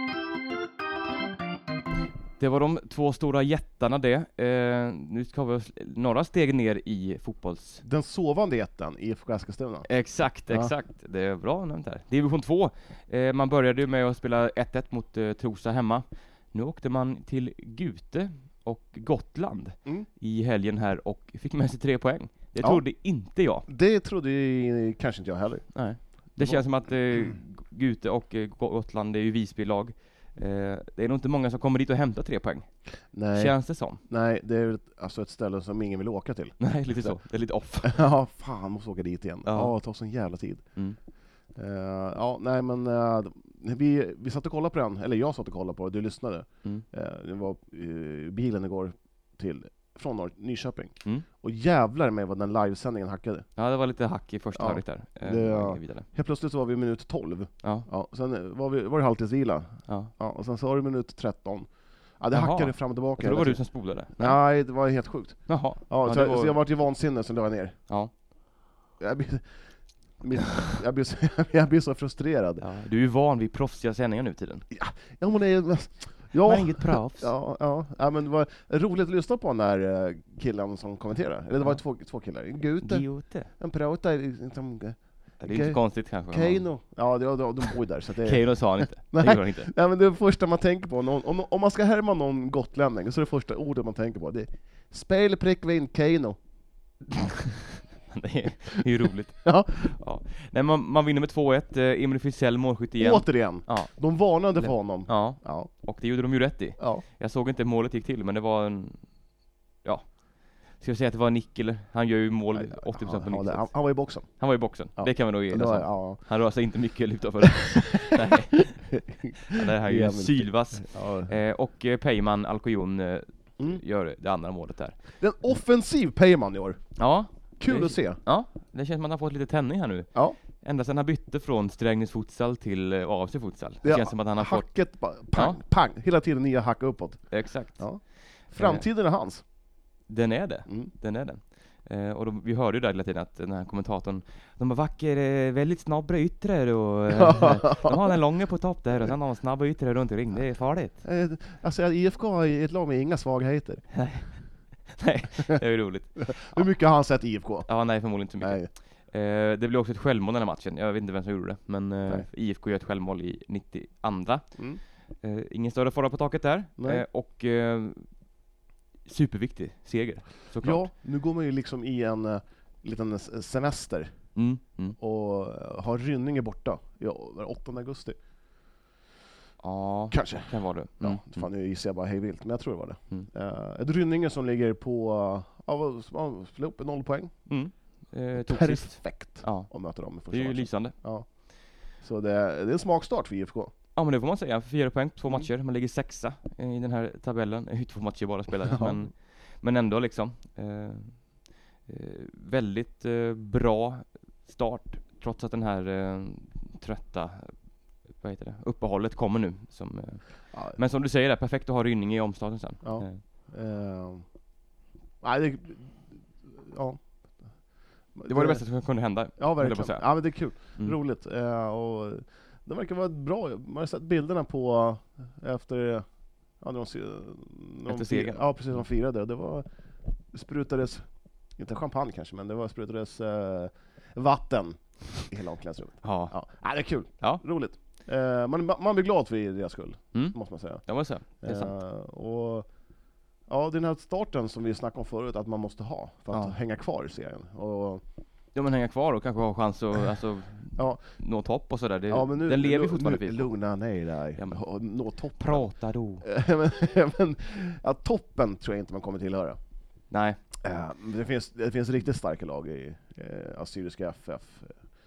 Det var de två stora jättarna det. Eh, nu ska vi oss några steg ner i fotbolls...
den sovande jätten i I F K Eskilstuna.
Exakt,
Ja.
exakt. Det är bra nämnt här. Division två. Eh, man började ju med att spela ett ett mot eh, Trosa hemma. Nu åkte man till Gute och Gotland
Mm.
i helgen här och fick med sig tre poäng. Det
Ja.
trodde inte jag.
Det trodde ju kanske inte jag heller.
Nej. Det känns som att eh, Gute och eh, Gotland är ju Visby-lag. Eh, det är nog inte många som kommer dit och hämtar tre poäng.
Nej,
Känns det som?
nej det är ett- alltså ett ställe som ingen vill åka till.
Nej, lite så. Det är lite off.
Ja, fan, måste åka dit igen.
Ja.
Ja, det tar sån jävla tid.
Mm.
Eh, ja, nej men eh, vi, vi satt och kollade på den, eller jag satt och kollade på det, du lyssnade.
Mm.
Eh, det var i bilen igår till, från Norr, Nyköping.
Mm.
Och jävlar med vad den livesändningen hackade.
Ja, det var lite hack i första
Ja,
halvlek där. Eh,
det- ja.
vidare.
Helt plötsligt så var vi i minut tolv.
Ja,
Ja, sen var, vi, var det halvtidsvila.
ja.
Ja, och sen så var det minut tretton. Ja, det
Jaha.
hackade fram och tillbaka.
Jag tror det var
hela
du
tiden.
som spolade.
Nej, det var helt sjukt.
Jaha.
Ja,
Ja,
så,
det
jag,
var-
så jag var ju vansinne, så la jag ner.
Ja.
Jag blir, jag blir, så, jag blir så frustrerad.
Ja. Du är ju van vid proffsiga sändningar nu tiden.
Ja, men det är...
Man
Ja,
är inget proffs.
ja, ja, ja, men det var roligt att lyssna på den där eh, killen som kommenterar. Eller det var
Ja.
ju två, två killar. Gute,
Gute.
han pratar liksom...
Ja, det är inte
Okej.
konstigt kanske.
Keino. Ja, de, de, de bor ju där. Så det,
Keino sa han inte. Det
Nej.
gjorde han inte.
nej, men det första man tänker på, någon, om, om man ska härma någon gotlänning, så är det första ordet man tänker på, det är spel prick vin Keino.
Det är, det är ju roligt.
Ja,
Ja. Nej, man, man vinner med två ett. Eh, Emil Frisell målskytt igen.
återigen.
Ja.
De varnade för
Le-
honom.
Ja,
Ja,
och det gjorde de ju rätt i.
ja.
Jag såg inte hur målet gick till, men det var en... Ja. Ska jag säga att det var en nick, eller? Han gör ju mål
Nej,
åttio procent på
han,
nick.
han, han var i boxen.
Han var i boxen.
Ja.
Det kan vi nog
Det
enas
var,
om.
ja.
Han rör sig inte mycket utanför det. Nej. Ja, det här är ju
Jävligt.
sylvass.
Ja.
Eh, och eh, Peyman Alcoyon eh,
Mm.
gör det andra målet där.
Det är en offensiv Peyman i år.
Ja,
Kul
Det-
att se.
ja, det känns som att han har fått lite tändning här nu.
Ja.
Ända sedan han bytte från Strängnäs futsal till eh, A F C futsal. Det
Ja,
känns som att han har fått...
Hacket, bara, pang,
Ja.
pang. Hela tiden nya hack uppåt.
Exakt.
Ja. Framtiden är hans.
Den är det.
Mm.
Den är det. Eh, och de, vi hörde ju där hela tiden att den här kommentatorn, de har vacker, eh, väldigt snabba yttre och eh, de har den långa på topp där och sen har de snabba yttre runt omkring. Det är farligt.
Eh, Alltså I F K är ett lag med inga svagheter.
Nej, det är ju roligt.
Hur mycket har han sett I F K?
Ja, nej, förmodligen inte så mycket.
Nej.
Eh, det blev också ett självmål den här matchen. Jag vet inte vem som gjorde det, men eh,
Nej.
I F K gör ett självmål i nittioandra.
Mm.
Eh, ingen större fara på taket där.
Nej.
Eh, och eh, superviktig seger, såklart.
Ja, nu går man ju liksom i en uh, liten s- semester
Mm, mm.
och uh, har Rynninge borta. Ja, åttonde augusti.
Ja,
Kanske.
kan vara det.
Ja,
Mm,
fan nu gissar jag bara hej vilt, men jag tror det var det.
Mm.
Uh, ett Rynninge som ligger på, uh, ja, vad- vad- slå upp noll poäng.
mm. Eh, tog sist.
Perfekt
Ja,
att möta dem i första
det är ju
matchen.
lysande.
Ja. Så det, det är en smakstart för I F K.
Ja, men det får man säga. Fyra poäng på två
Mm.
matcher. Man ligger sexa eh, i den här tabellen. Eh, Två matcher bara spelade,
Ja.
men, men ändå liksom. Eh, eh, väldigt eh, bra start, trots att den här eh, trötta, vad heter det, uppehållet kommer nu. Som, eh,
Ja.
men som du säger, det är perfekt att ha Rynninge i omstarten sen.
Ja.
Eh,
Uh, nej, det, ja.
det var det bästa som kunde hända.
Ja,
höll jag på att
verkligen.
säga.
Ja, men det är kul.
Mm.
Roligt. Eh, och det verkar vara bra. Man har sett bilderna på efter, ja, när de, se- när de
Efter
fir-
segern.
Ja, precis, de firade. Det var, det sprutades, inte champagne kanske, men det var sprutades eh, vatten i hela omklädningsrummet.
Ja,
Ja. Ja, det är kul.
Ja.
Roligt. Eh, man, man blir glad för deras skull,
mm.
måste man säga.
det var så. Det är sant.
Eh, och ja, den här starten som vi snackade om förut, att man måste ha för att
Ja.
hänga kvar i serien. Och
Ja, men hänga kvar och kanske ha chans att alltså, ja. nå topp och sådär. Det,
ja, men nu,
den lever
nu,
fortfarande
nu,
fint.
Lugna ner där.
Ja, men,
nå toppen.
Prata då.
men, men, ja, toppen tror jag inte man kommer tillhöra.
Nej.
Uh, det, finns, det finns riktigt starka lag i uh, Assyriska F F.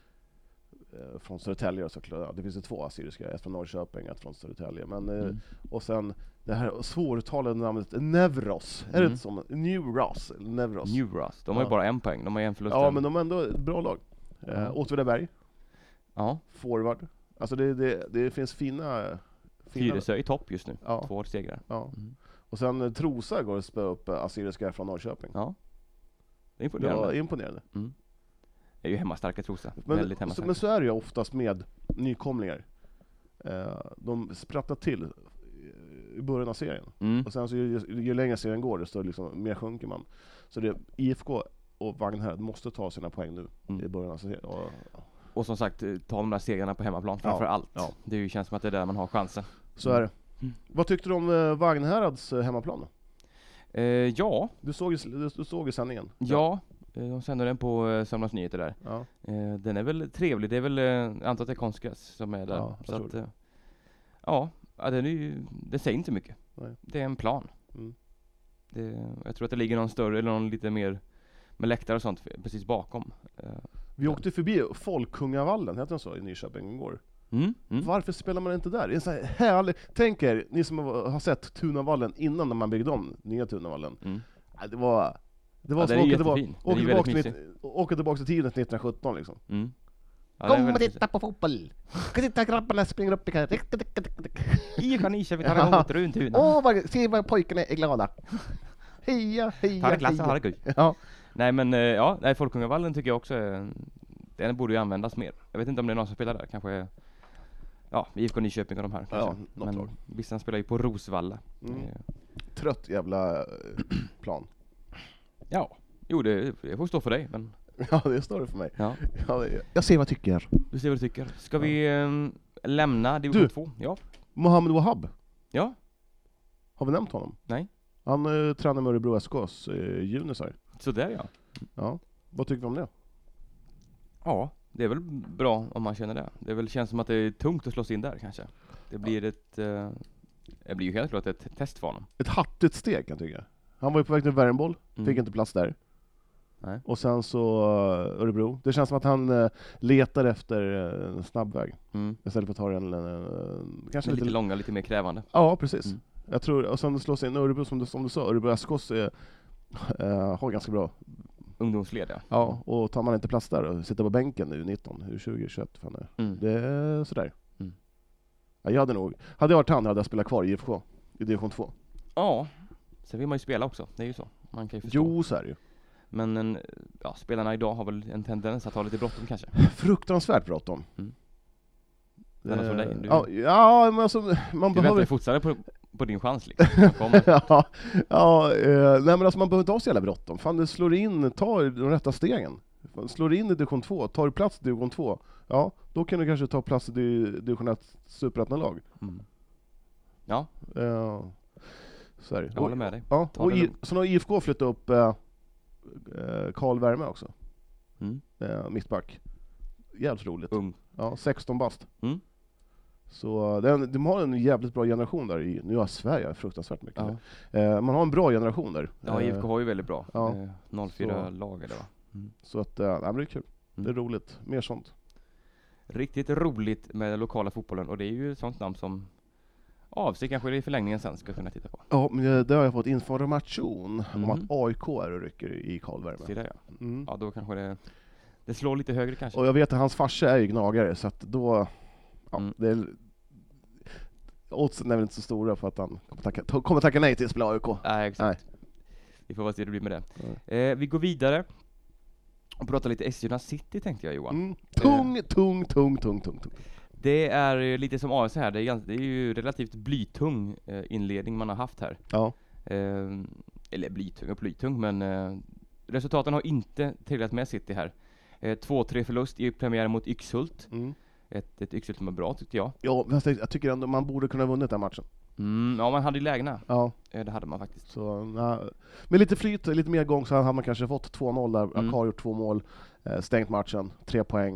Uh, från Södertälje och såklart. Ja, det finns ju två Assyriska, ett från Norrköping, ett från Södertälje. Men, uh, mm. Och sen det här svåruttalade namnet Nevros. Mm. Är det inte som Newros? Nevros.
Newros. De har ja. ju bara en poäng. De har en förlust.
Ja, men de är ändå ett bra lag. Uh, mm. Åtvidaberg.
Ja.
Forward. Alltså det, det, det finns fina... fina...
Tyresö i topp just nu.
Ja.
Två segrar.
Ja. Mm. Och sen Trosa går att spela upp Assyriska från Norrköping.
Ja. Det är imponerande.
Ja, imponerande.
Mm. Det är ju hemmastarka Trosa.
Men,
Väldigt hemmastarka.
Men så är det ju oftast med nykomlingar. Eh, de sprattar till i början av serien. Mm. Och sen så ju, ju längre serien går, desto liksom mer sjunker man. Så det, I F K och Vagnhärad måste ta sina poäng nu mm. i början av serien. Och,
och som sagt, ta de där segrarna på hemmaplan framför ja. allt. Ja. Det ju, känns som att det är där man har chansen.
Så är det. Mm. Vad tyckte du om eh, Vagnhärads eh, hemmaplan då?
Eh, ja.
Du såg, du, du såg ju sändningen.
Ja, ja. De sänder den på eh, Samlas Nyheter där. Ja. Eh, den är väl trevlig. Det är väl, eh, antar att det är konstgräs som är där.
Ja,
så att, eh, ja, den är ju, det säger inte mycket. Nej. Det är en plan. Mm. Det, jag tror att det ligger någon större, eller någon lite mer med läktare och sånt precis bakom. Eh,
Vi ja. åkte förbi Folkungavallen, heter den så, i Nyköping igår. Mm, mm. Varför spelar man inte där? Det är så här härlig. Tänk er, ni som har sett Tunavallen innan när man byggde om nya Tunavallen. Mm. Det var det var ja, som att åka tillbaka, åka, tillbaka till, åka tillbaka till tiden nittonhundrasjutton liksom. Mm. Ja, kom och titta på fotboll. Ska titta grabbarna springer upp i kan.
I kan Nyköping tar emot runt Tuna.
Åh, vad, se vad pojkarna är glada. Heja, heja.
Ta det klass och ha det kul. Ja. Nej men ja, nej, Folkungavallen tycker jag också är, den borde ju användas mer. Jag vet inte om det är någon som spelar där, kanske ja, I F K Nyköping och de här kanske. Ja, men lag. Vissa spelar ju på Rosvalla. Mm.
Trött jävla plan.
Ja, jo det, det får stå för dig, men
ja, det står det för mig. Ja. Ja, jag ser vad jag tycker.
Du ser vad du tycker. Ska ja. vi um, lämna division två? Ja.
Mohammed Wahab.
Ja.
Har vi nämnt honom?
Nej.
Han uh, tränar med Örebro S K:s uh, junisar.
Så där ja.
Ja. Vad tycker du om det?
Ja, det är väl bra om man känner det. Det väl känns som att det är tungt att slå sig in där kanske. Det blir ja. ett uh, det blir ju helt klart ett test för honom.
Ett hattigt steg kan jag tycka. Han var ju på väg till Värmboll, mm. fick inte plats där. Nej. Och sen så uh, Örebro. Det känns som att han uh, letar efter uh, en snabb väg. Mm. Istället för att ta en uh, kanske
lite, lite långa, lite mer krävande.
Ja, precis. Mm. Jag tror, och sen slås in Örebro som du, som du sa, Örebro S K:s uh, har ganska bra
ungdomsled. Ja.
Ja, och tar man inte plats där och sitter på bänken nu nitton, U tjugo, tjugoett fan är. Mm. Det är sådär. Mm. Ja, jag hade nog, hade jag varit han hade jag spelat kvar i I F K i division två.
Ja, sen vill man ju spela också, det är ju så. Man kan ju förstå.
Jo, så är det ju.
Men en, ja, spelarna idag har väl en tendens att ha lite bråttom kanske.
Fruktansvärt bråttom. Mm.
Men alltså, dig, du,
ja, ja, men alltså, man
du
behöver...
väntar fortfarande på, på din chans liksom.
ja, ja eh, nej men alltså man behöver inte ha så jävla bråttom. Fan, du slår in, tar de rätta stegen. Slår in i division två, tar du plats i division två. Ja, då kan du kanske ta plats i division ett superettan-lag. Mm.
Ja.
Eh, så är det.
Jag håller med dig.
Ja, och i, så har I F K flyttat upp eh, Karl Värme också. Mm. Eh, mittback. Jävligt roligt.
Ung.
Ja, sexton bast. Mm. Så den, de har en jävligt bra generation där i. Nu har Sverige fruktansvärt mycket. Ja. Eh, man har en bra generation där.
Ja, I F K har ju väldigt bra. Ja. Eh, noll fyra lag eller va.
Mm. Så att eh, det är kul. Mm. Det är roligt. Mer sånt.
Riktigt roligt med den lokala fotbollen, och det är ju ett sånt namn som A F C kanske i förlängningen sen ska kunna titta på.
Ja, men det har jag fått information mm. om att A I K är och rycker i Karl Värme.
Så det, ja. Mm. Ja, då kanske det det slår lite högre kanske.
Och jag vet att hans farsa är ju gnagare, så att då ja, mm. det är, oddsen är väl inte så stora för att han kommer tacka, kommer tacka nej till att spela A I K.
Nej, exakt. Nej. Vi får se hur det blir med det. Mm. Eh, vi går vidare och pratar lite Eskilstuna City tänkte jag, Johan.
Mm. Tung, eh. tung, tung, tung, tung, tung.
Det är lite som A F C här. Det är, ganska, det är ju relativt blytung eh, inledning man har haft här. Ja. Eh, eller blytung och blytung, men eh, resultaten har inte trillat med City här. Eh, två tre förlust i premiären mot Yxhult. Mm. Ett, ett Yxhult som var bra tyckte jag.
Ja, jag tycker ändå man borde kunna ha vunnit den matchen.
Mm, ja, man hade ju lägena. Ja. Eh, det hade man faktiskt.
Så, na, med lite flyt, lite mer gång så hade man kanske fått två noll där. Mm. Akar gjort två mål, eh, stängt matchen, tre poäng.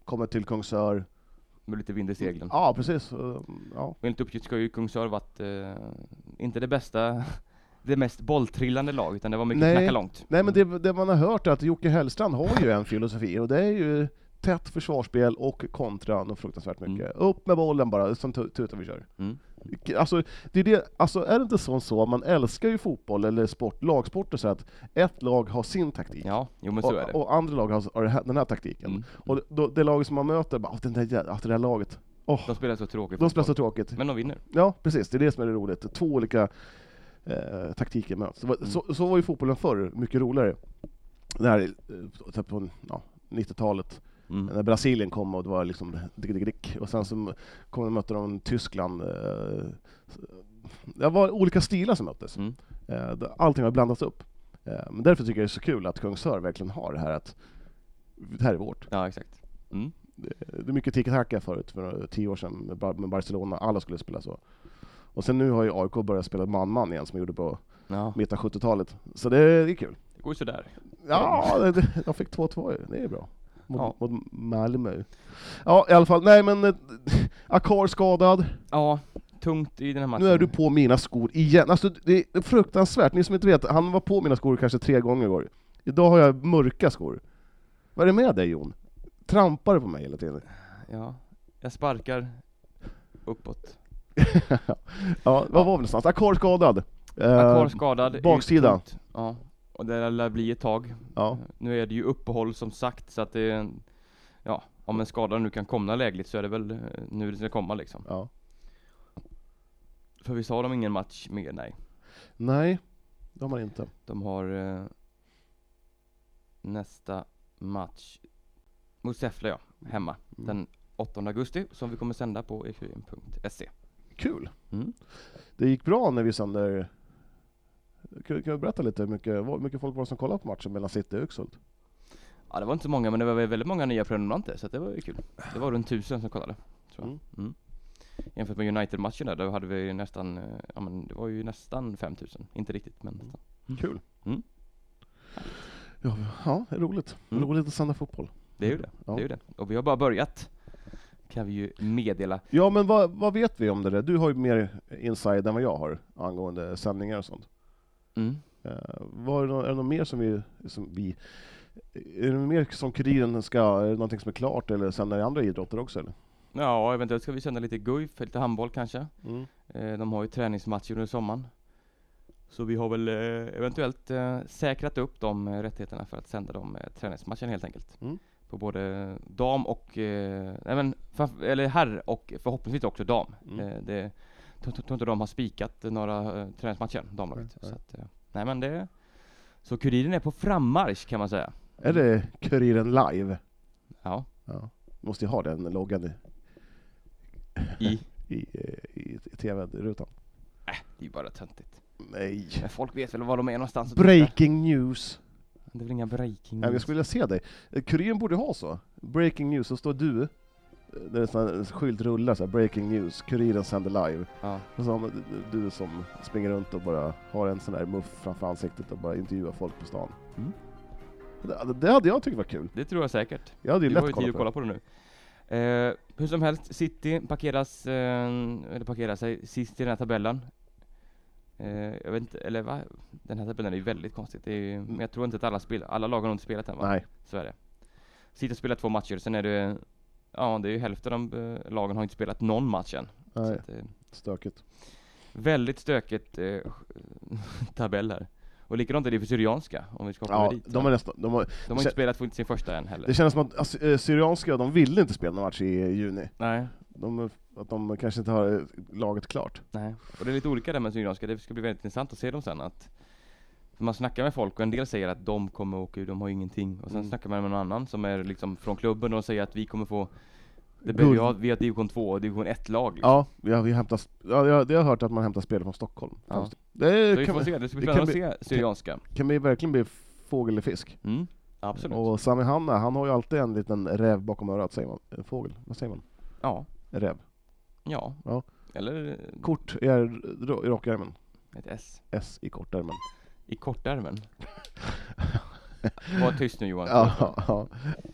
kommer till Kungsör.
Med lite vind i seglen.
Ja, precis. Ja.
Enligt uppgift ska ju Kungsör varit eh, inte det bästa, det mest bolltrillande lag, utan det var mycket
Nej.
knacka långt.
Nej, men det, det man har hört är att Jocke Hellstrand har ju en filosofi, och det är ju tätt försvarsspel och kontra något fruktansvärt mycket. Mm. Upp med bollen bara, som tutar vi kör. Mm. Alltså, det är det, alltså är det inte så så, man älskar ju fotboll eller sport, lagsporter, så att ett lag har sin taktik.
Ja, jo, men så
och,
är det.
Och andra lag har, har den här taktiken. Mm. Och då, det laget som man möter, bara, den där, det där laget. Oh,
de spelar så tråkigt.
De spelar så tråkigt.
Men de vinner.
Ja, precis. Det är det som är det roligt. Två olika eh, taktiker möts. Mm. Så, så var ju fotbollen förr mycket roligare. Det här eh, på ja, nittiotalet. Mm. När Brasilien kom och det var liksom dick, dick, dick. Och sen så kom de mötte de Tyskland. Eh, det var olika stilar som möttes. Mm. Eh, allting har blandats upp. Eh, men därför tycker jag det är så kul att Kungsör verkligen har det här att det här är vårt.
Ja, exakt. Mm.
Det, det är mycket tiki-taka förut, för tio år sedan med, med Barcelona. Alla skulle spela så. Och sen nu har ju A I K börjat spela man-man igen, som de gjorde på ja. mitten av sjuttiotalet. Så det är, det är kul.
Det går ju sådär.
Ja, det, de fick två två. Det är bra. Mot, ja. mot Malmö. Ja, i alla fall. Nej, men äh, Akar skadad.
Ja, tungt i den här matchen.
Nu är du på mina skor igen. Alltså, det är fruktansvärt. Ni som inte vet, han var på mina skor kanske tre gånger igår. Idag har jag mörka skor. Vad är det med dig, Jon? Trampar du på mig hela tiden?
Ja, jag sparkar uppåt.
Ja, vad var vi någonstans? Akar skadad.
Akar skadad.
Baksida.
Ja. Och det lär bli ett tag.
Ja.
Nu är det ju uppehåll som sagt, så att det är, ja, om en skada nu kan komma lägligt så är det väl nu det ska komma liksom.
Ja.
För vi sa de ingen match mer, nej.
Nej, de har inte.
De har eh, nästa match mot Säffle, ja, hemma. Mm. Den åttonde augusti, som vi kommer sända på e q m punkt se.
Kul. Mm. Det gick bra när vi sänder. Kan du berätta lite hur mycket, hur mycket folk var som kollade på matchen mellan City och Öxhult?
Ja, det var inte så många, men det var väldigt många nya prenumeranter, så det var ju kul. Det var runt tusen som kollade, tror jag. Mm. Mm. Jämfört med United-matchen där, då hade vi nästan, ja men det var ju nästan fem tusen. Inte riktigt, men nästan.
Mm. Kul. Mm. Ja, ja, det är roligt. Mm. Roligt att sända fotboll.
Det är ju det, ja. Det är ju det. Och vi har bara börjat, kan vi ju meddela.
Ja, men vad, vad vet vi om det där? Du har ju mer inside än vad jag har angående sändningar och sånt. Mm. Uh, vad är, det, är det något mer som vi, som vi är det mer som Kuriren ska, är det någonting som är klart, eller sända i andra idrotter också eller?
Ja, eventuellt ska vi sända lite Guif, lite handboll kanske. Mm. Uh, de har ju träningsmatcher under sommaren. Så vi har väl uh, eventuellt uh, säkrat upp de uh, rättigheterna för att sända de uh, träningsmatchen helt enkelt. Mm. På både dam och, uh, även för, eller herr och förhoppningsvis också dam. Mm. Uh, det Jag tror inte de har spikat några uh, träningsmatcher, damlaget. Så att, uh, nej men det, så Kuriren är på frammarsch kan man säga.
Är det Kuriren live?
Ja.
Ja. Måste ju ha den loggan i,
I?
I, i, i tv-rutan.
Nej, äh, det är bara töntigt.
Nej.
Men folk vet väl var de är någonstans.
Breaking news.
Det är väl inga breaking news.
Ja, jag skulle vilja se dig. Kuriren borde ha så. Breaking news, så står du. Det är sån här skylt rullar så här, breaking news, Kuriren sänder live. Ja. Och så har man, du, du som springer runt och bara har en sån där muff framför ansiktet och bara intervjuar folk på stan. Mm. Det, det hade jag tyckt var kul.
Det tror jag säkert.
Jag hade ju lätt
kolla tid att kolla på det nu. Eh, hur som helst, City parkeras, eh, eller parkerar sig sist i den här tabellen. Eh, jag vet inte, eller va? Den här tabellen är ju väldigt konstigt. Det är ju, men jag tror inte att alla spel, alla lag har inte spelat än, va?
Nej.
Så är det. City spelar två matcher, sen är det, ja, det är ju hälften av uh, lagen har inte spelat någon match än.
Nej, så att, uh, stökigt.
Väldigt stökigt uh, tabell här. Och likadant är det för Syrianska, om vi ska hoppa
ja,
dit.
De har, nästan, de har,
de har inte spelat för sin första än heller.
Det känns som att alltså, Syrianska, de ville inte spela någon match i juni.
Nej.
De, att de kanske inte har laget klart.
Nej, och det är lite olika där med Syrianska. Det ska bli väldigt intressant att se dem sen. Att man snackar med folk och en del säger att de kommer åka, de har ingenting. Och sen mm. snackar man med någon annan som är liksom från klubben och säger att vi kommer få det vi har, vi har division två och division ett lag liksom.
Ja, vi har, vi hämtar, ja, jag, jag har hört att man hämtar spel från Stockholm.
Ja.
Det,
så vi får se, det ska bli spännande att se Syrianska.
Kan, kan vi verkligen bli fågel eller fisk?
Mm, absolut.
Och Sami Hanna, han har ju alltid en liten räv bakom örat, säger man. En fågel, vad säger man?
Ja.
En räv.
Ja.
Ja.
Eller
kort i rockärmen.
Ett S.
S i kortärmen.
I kortärmen. Var tyst nu, Johan.
Ja, ja.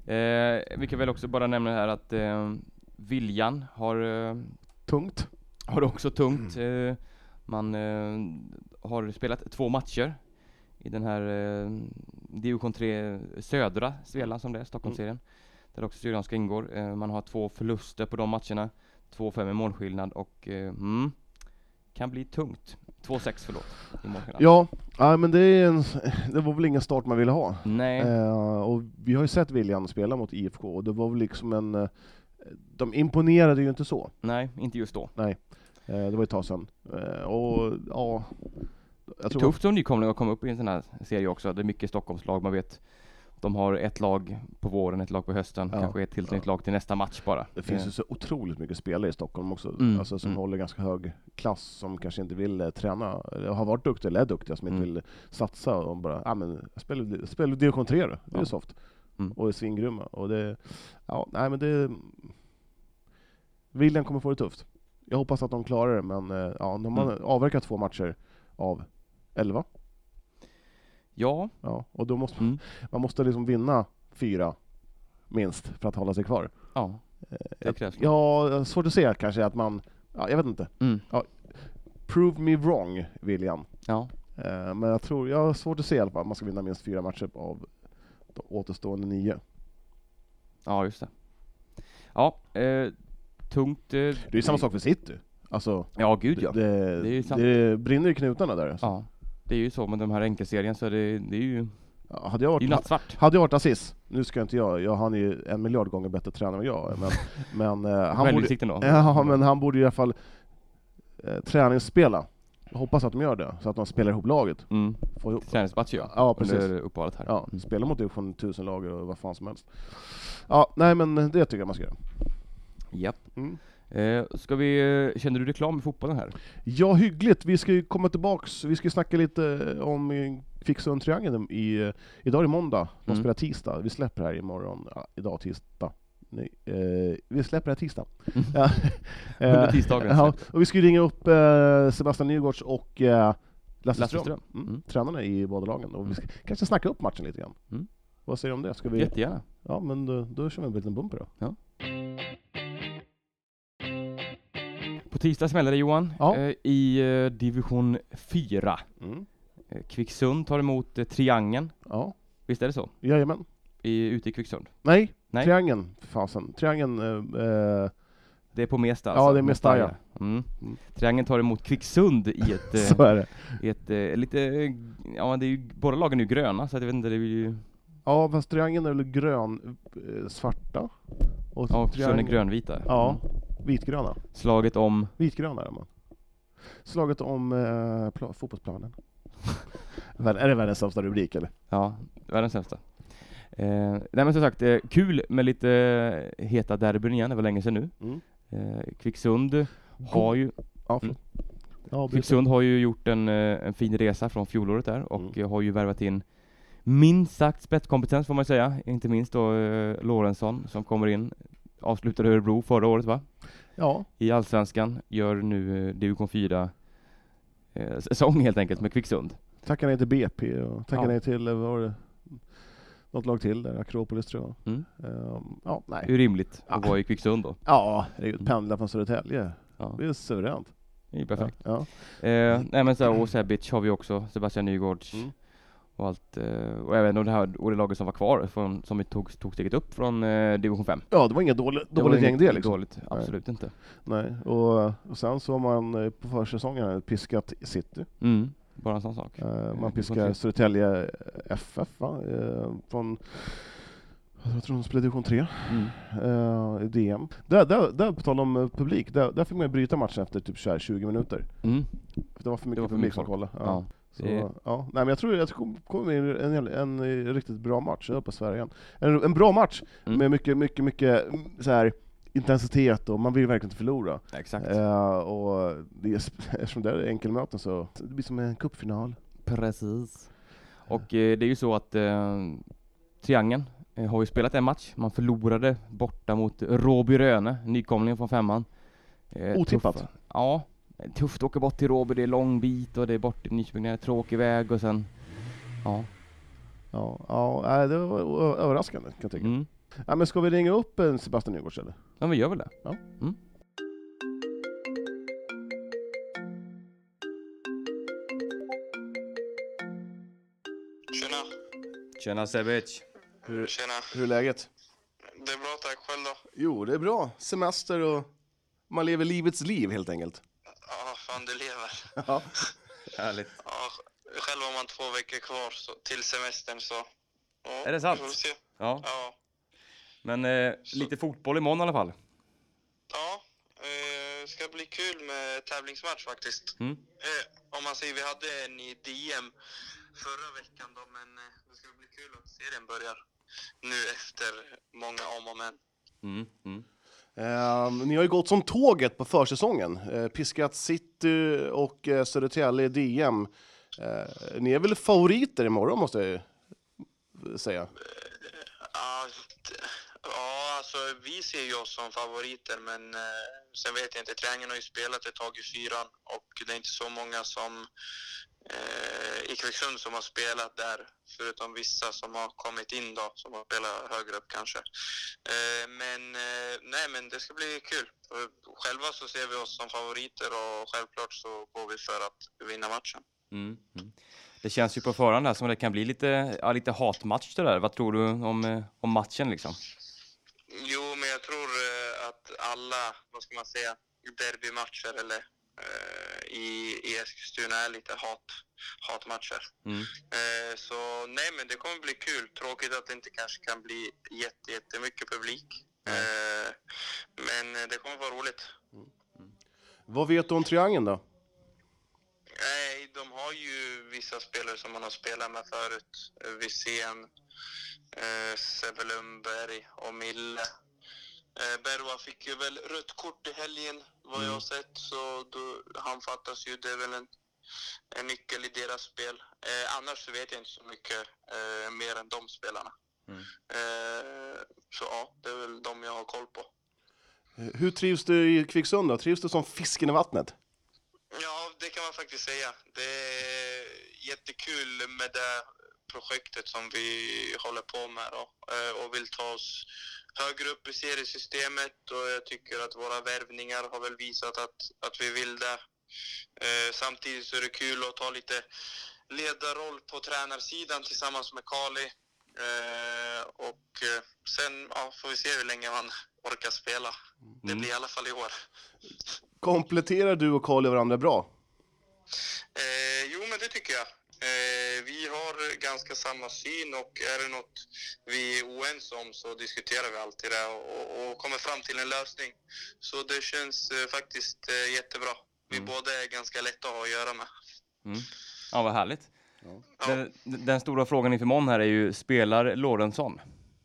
Eh, vi kan väl också bara nämna här att eh, Viljan har, eh,
Tungt.
har också tungt. Eh, man eh, har spelat två matcher i den här eh, division tre södra Svealand som det är, Stockholmsserien. Mm. Där också Syrianska ingår. Eh, man har två förluster på de matcherna. två fem i målskillnad och eh, mm, kan bli tungt. två sex förlåt i målskillnad.
Ja, ja men det, är en, det var väl ingen start man ville ha.
Nej.
Eh, och vi har ju sett Viljan spela mot I F K och det var väl liksom en... eh, De imponerade ju inte så.
Nej, inte just då.
Nej, eh, det var ett tag sedan. Eh, och ja... Jag tror
Tufft som nykomling att komma upp i en sån här serie också. Det är mycket Stockholmslag, man vet. De har ett lag på våren, ett lag på hösten,
Ja,
kanske ett till
ja.
ett lag till nästa match bara.
Det finns ju så otroligt mycket spelare i Stockholm också,
Mm,
alltså som
mm.
håller ganska hög klass, som kanske inte vill eh, träna, eller har varit duktiga eller är duktiga, som
Mm.
inte vill satsa och bara, ja ah, men spela, spela division tre då, det är
Ja.
soft.
Mm.
Och är svingrymma. Och det, ja, nej men det... William kommer få det tufft. Jag hoppas att de klarar det, men eh, ja, de har
Mm.
avverkat två matcher av elva.
Ja.
Ja, och då måste
Mm.
man måste liksom vinna fyra minst för att hålla sig kvar.
Ja. Det krävs.
Ja, svårt att se kanske att man, ja, jag vet inte.
Mm.
Prove me wrong, William.
Ja.
Eh, men jag tror, jag har svårt att se i alla fall att man ska vinna minst fyra matcher av de återstående nio.
Ja, just det. Ja, eh, tungt. Eh,
Det är ju samma sak för City. Alltså,
Ja, gud ja.
det,
Det är ju sant.
det brinner i knutarna där. Alltså.
Ja. Det är ju så med de här enkelserien, så det, det är ju,
Ja, hade, jag
det är ju
varit,
nattsvart.
hade jag varit assist, nu ska inte jag, jag han är ju en miljard gånger bättre tränare än jag, men, men, eh, han, borde,
Sikten då.
ja, men han borde i alla fall eh, träningsspela. Jag hoppas att de gör det, så att de spelar ihop laget.
Mm.
Får ihop.
Träningsmatch ju.
Ja, precis.
Under uppehållet här.
Ja, spela mot division tusen lag och vad fan som helst. Ja, nej men det tycker jag man ska göra.
Japp.
Mm.
Eh, ska vi, eh, känner du dig klar med fotbollen här?
Ja, hyggligt. Vi ska ju komma tillbaks. Vi ska snacka lite om Kvicksund-triangeln i idag är det måndag. De
Mm.
spelar tisdag. Vi släpper här imorgon. Ja, idag tisdag. Nej, eh, vi släpper här tisdag.
Mm.
Ja.
Under tisdagen.
Ja, och vi ska ju ringa upp eh, Sebastian Nygårds och eh, Lasse
Lasse
Ström,
Ström.
mm.
Mm.
tränarna i båda lagen. Och vi ska kanske snacka upp matchen lite grann.
Mm.
Vad säger du om det? Ska vi...
Jättegärna.
Ja, men då, då kör vi en liten bumper då.
Ja. På tisdag smäller det, Johan,
Ja.
eh, i eh, division fyra.
Mm.
Eh, Kvicksund tar emot eh, Triangeln.
Ja,
Visst är det så?
jajamän.
I, ute i Kvicksund.
Nej,
Nej.
triangeln, för fasen. Triangeln, eh, eh,
Det är på Mesta.
Ja, det är Mestalla.
Mm.
Mm.
Triangeln tar emot Kvicksund i ett, eh,
så är det.
i ett eh, lite, eh, ja det är ju, båda lagen är ju gröna, så att jag vet inte, det är ju,
Ja, fast triangeln är väl grön, eh, svarta. Och
ja, Kvicksund är
triangeln-
grönvita.
Ja,
Mm.
vitgröna.
Slaget om,
Vitgröna är man. Slaget om eh, pla- fotbollsplanen. Vär- är det världens sämsta rubrik eller?
ja, världens sämsta. Eh, nej men som sagt, eh, kul med lite eh, heta derbyn igen, det var länge sedan nu.
Mm.
Eh, Kvicksund har ju
Ja, för...
Mm.
ja,
Kvicksund har ju gjort en, eh, en fin resa från fjolåret där och
Mm.
eh, har ju värvat in minst sagt spetskompetens får man säga, inte minst då eh, Lorentzon som kommer in, avslutade Örebro förra året va?
ja,
I Allsvenskan, gör nu eh, division fyra eh, säsong helt enkelt med Kvicksund.
tackar nej till B P och tackar
Ja.
nej till, eh, vad var det? Något lag till där, Akropolis tror jag.
Mm.
Um, ja,
Det är
nej.
ju rimligt
Ja.
att vara i Kvicksund då.
Ja, det är ju
Mm.
pendla från Södertälje.
Ja,
Det är suveränt.
det är ju perfekt.
Ja.
Eh, nej men så här, och Sebic har vi också, Sebastian Nygårds
Mm.
och allt. Eh, och även det här och det laget som var kvar, från, som vi tog, tog steget upp från eh, division fem.
ja, det var inget dåligt,
Det var
dåligt
inget
gäng det liksom.
Dåligt, absolut inte.
Nej, och, och sen så har man eh, på försäsongen piskat City.
Mm, bara en sån sak.
Eh, man
det
piskar
får inte-
Södertälje F F va? Eh, från, jag tror de spelade division tre
Mm.
eh, i D M. Där, där, där på tal om eh, publik, där, där fick man bryta matchen efter typ så här tjugo minuter.
Mm.
För det var för mycket
var för
publik
mycket
som
folk.
kollade. Ja.
Ja.
Så,
det-
ja. Nej, men jag tror att det kom- kommer bli en, en, en, en riktigt bra match. Jag på Sverige igen. En, en bra match
Mm.
med mycket, mycket, mycket mm, så här, intensitet och man vill verkligen inte förlora.
Exakt.
Eh, och det är, eftersom det är enkelmöten så det blir som en cupfinal.
Precis. Och eh, det är ju så att eh, Triangeln eh, har ju spelat en match. Man förlorade borta mot Råby Röne, nykomlingen från femman. Eh,
Otippat.
tuffa- Ja, tufft att åka bort till Råby, det är lång bit och det är bort i Nyköping, det är tråkig väg och sen, ja.
Ja, ja nej, det var ö- överraskande kan jag tycka.
Mm.
Ja, men ska vi ringa upp en Sebastian Nygårds eller?
Ja, vi gör väl det.
Ja.
Mm.
Tjena.
Tjena Sebic.
Hur,
Tjena.
hur är läget?
Det är bra, tack. Själv då?
Jo, det är bra. Semester och man lever livets liv helt enkelt.
Ja, fan du lever.
Ja.
Härligt.
Ja, själv har man två veckor kvar så, till semestern så... Ja,
Är det sant?
vi får se.
Ja,
Ja.
men eh, lite fotboll imorgon i alla fall.
Ja, det eh, ska bli kul med tävlingsmatch faktiskt.
Mm.
Eh, om man säger, vi hade en i D M förra veckan då, men eh, det ska bli kul att serien börjar nu efter många om och men.
Mm. Mm.
Eh, ni har ju gått som tåget på försäsongen. Eh, piskat City och eh, Södertälje i D M. Eh, ni är väl favoriter imorgon måste jag säga.
Ja, d- ja, alltså vi ser ju oss som favoriter, men eh, sen vet jag inte. Triangeln har ju spelat ett tag i fyran och det är inte så många som eh, i Kvicksund som har spelat där, förutom vissa som har kommit in då, som har spelat högre upp kanske. Eh, men eh, nej, men det ska bli kul. Och själva så ser vi oss som favoriter och självklart så går vi för att vinna matchen.
Mm. Mm. Det känns ju på förhand här som det kan bli lite, ja, lite hatmatch det där. Vad tror du om, eh, om matchen liksom?
Jo, men jag tror eh, att alla, vad ska man säga, derbymatcher eller eh, i, i Eskilstuna är lite hat, hatmatcher.
Mm.
Eh, så nej, men det kommer bli kul. Tråkigt att det inte kanske kan bli jätte, jättemycket publik. Eh, men eh, det kommer vara roligt.
Vad vet du om Triangeln då?
Nej, de har ju vissa spelare som man har spelat med förut. Eh, Wirsén, eh, Sebbe Lundberg och Mille. Eh, Berwa fick ju väl rött kort i helgen, vad jag har sett, så då, han fattas ju, det är väl en, en nyckel i deras spel. Eh, annars så vet jag inte så mycket eh, mer än de spelarna.
Mm.
Eh, så ja, det är väl de jag har koll på.
Eh, Hur trivs du i Kvicksund då? Trivs du som fisken i vattnet?
Ja, det kan man faktiskt säga. Det är jättekul med det projektet som vi håller på med då, eh, och vill ta oss högre upp i seriesystemet, och jag tycker att våra värvningar har väl visat att, att vi vill det. Eh, samtidigt så är det kul att ta lite ledarroll på tränarsidan tillsammans med Kali. Eh, och eh, sen ja, får vi se hur länge man orkar spela. Det
Mm.
blir i alla fall i år.
Kompletterar du och Carl varandra bra?
Eh, jo, men det tycker jag. Eh, vi har ganska samma syn, och är det något vi är oense om så diskuterar vi alltid det och, och kommer fram till en lösning. Så det känns eh, faktiskt eh, jättebra. Vi
Mm.
båda är ganska lätta att ha att göra med.
Mm. Ja, vad härligt.
Ja.
Ja.
Den, den stora frågan inför imorgon här är ju, spelar Lorentzon?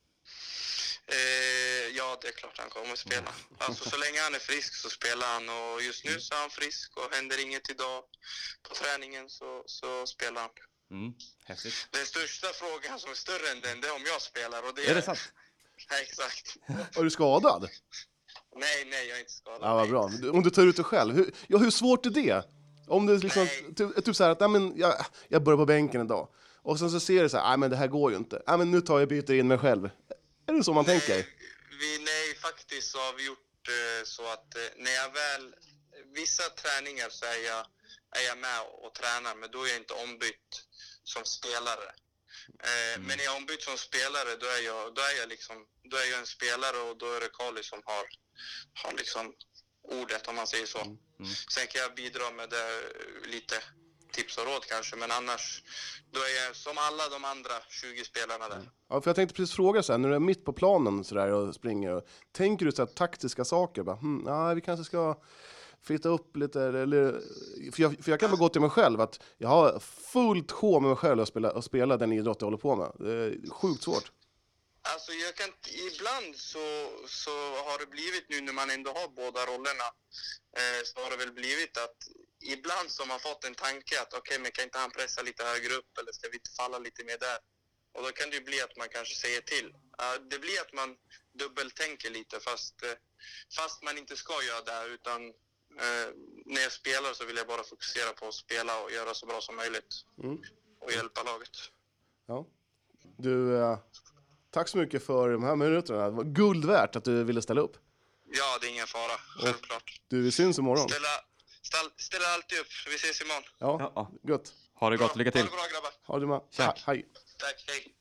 Eh, ja, det är klart han kommer att spela. Alltså, så länge han är frisk så spelar han, och just nu så är han frisk och händer inget idag på träningen så, så spelar han.
Mm. Häftigt.
Den största frågan som är större än den, det är om jag spelar. Och det
Är det sant?
Nej, exakt.
Är du skadad?
Nej, nej, jag är inte skadad.
Ja, vad
nej.
bra. Om du tar ut dig själv, hur, ja, hur svårt är det? Om du liksom,
Nej.
typ, typ så här att, nej, men jag, jag börjar på bänken idag. Och sen så ser du så här, nej men det här går ju inte. Nej men nu tar jag och byter in mig själv. Är det så man tänker?
Nej, vi, nej, faktiskt så har vi gjort eh, så att eh, när jag väl... Vissa träningar så är jag, är jag med och tränar, men då är jag inte ombytt som spelare. Eh,
Mm.
Men när jag är ombytt som spelare, då är jag, då är jag, liksom, då är jag en spelare, och då är det Kali som har, har liksom ordet, om man säger så.
Mm.
Sen kan jag bidra med det, eh, lite tips och råd kanske, men annars då är jag som alla de andra tjugo spelarna där.
Ja, för jag tänkte precis fråga så här, när du är mitt på planen så där och springer, och, tänker du så här taktiska saker? Bara, hm, nej, vi kanske ska flytta upp lite, eller, för, jag, för jag kan bara gå till mig själv, att jag har fullt sjå med mig själv att spela, att spela den idrott jag håller på med. Det är sjukt svårt.
Alltså jag kan, ibland så, så har det blivit, nu när man ändå har båda rollerna, eh, så har det väl blivit att ibland så har man fått en tanke att okej, okay, men kan inte han pressa lite högre upp, eller ska vi inte falla lite mer där? Och då kan det ju bli att man kanske säger till. Uh, det blir att man dubbeltänker lite, fast, uh, fast man inte ska göra det, utan uh, när jag spelar så vill jag bara fokusera på att spela och göra så bra som möjligt.
Mm.
Och hjälpa laget.
Ja. Du, eh, tack så mycket för de här minuterna. Det var guld värt att du ville ställa upp.
Ja, det är ingen fara. Självklart.
Du, vi syns imorgon.
Ställa, ställ, ställa alltid upp. Vi ses imorgon.
Ja,
Ja.
gott.
Ha det gott,
Bra.
lycka till.
Ha det bra, grabbar.
Ha det med.
Tack.
Hej.
Tack, hej.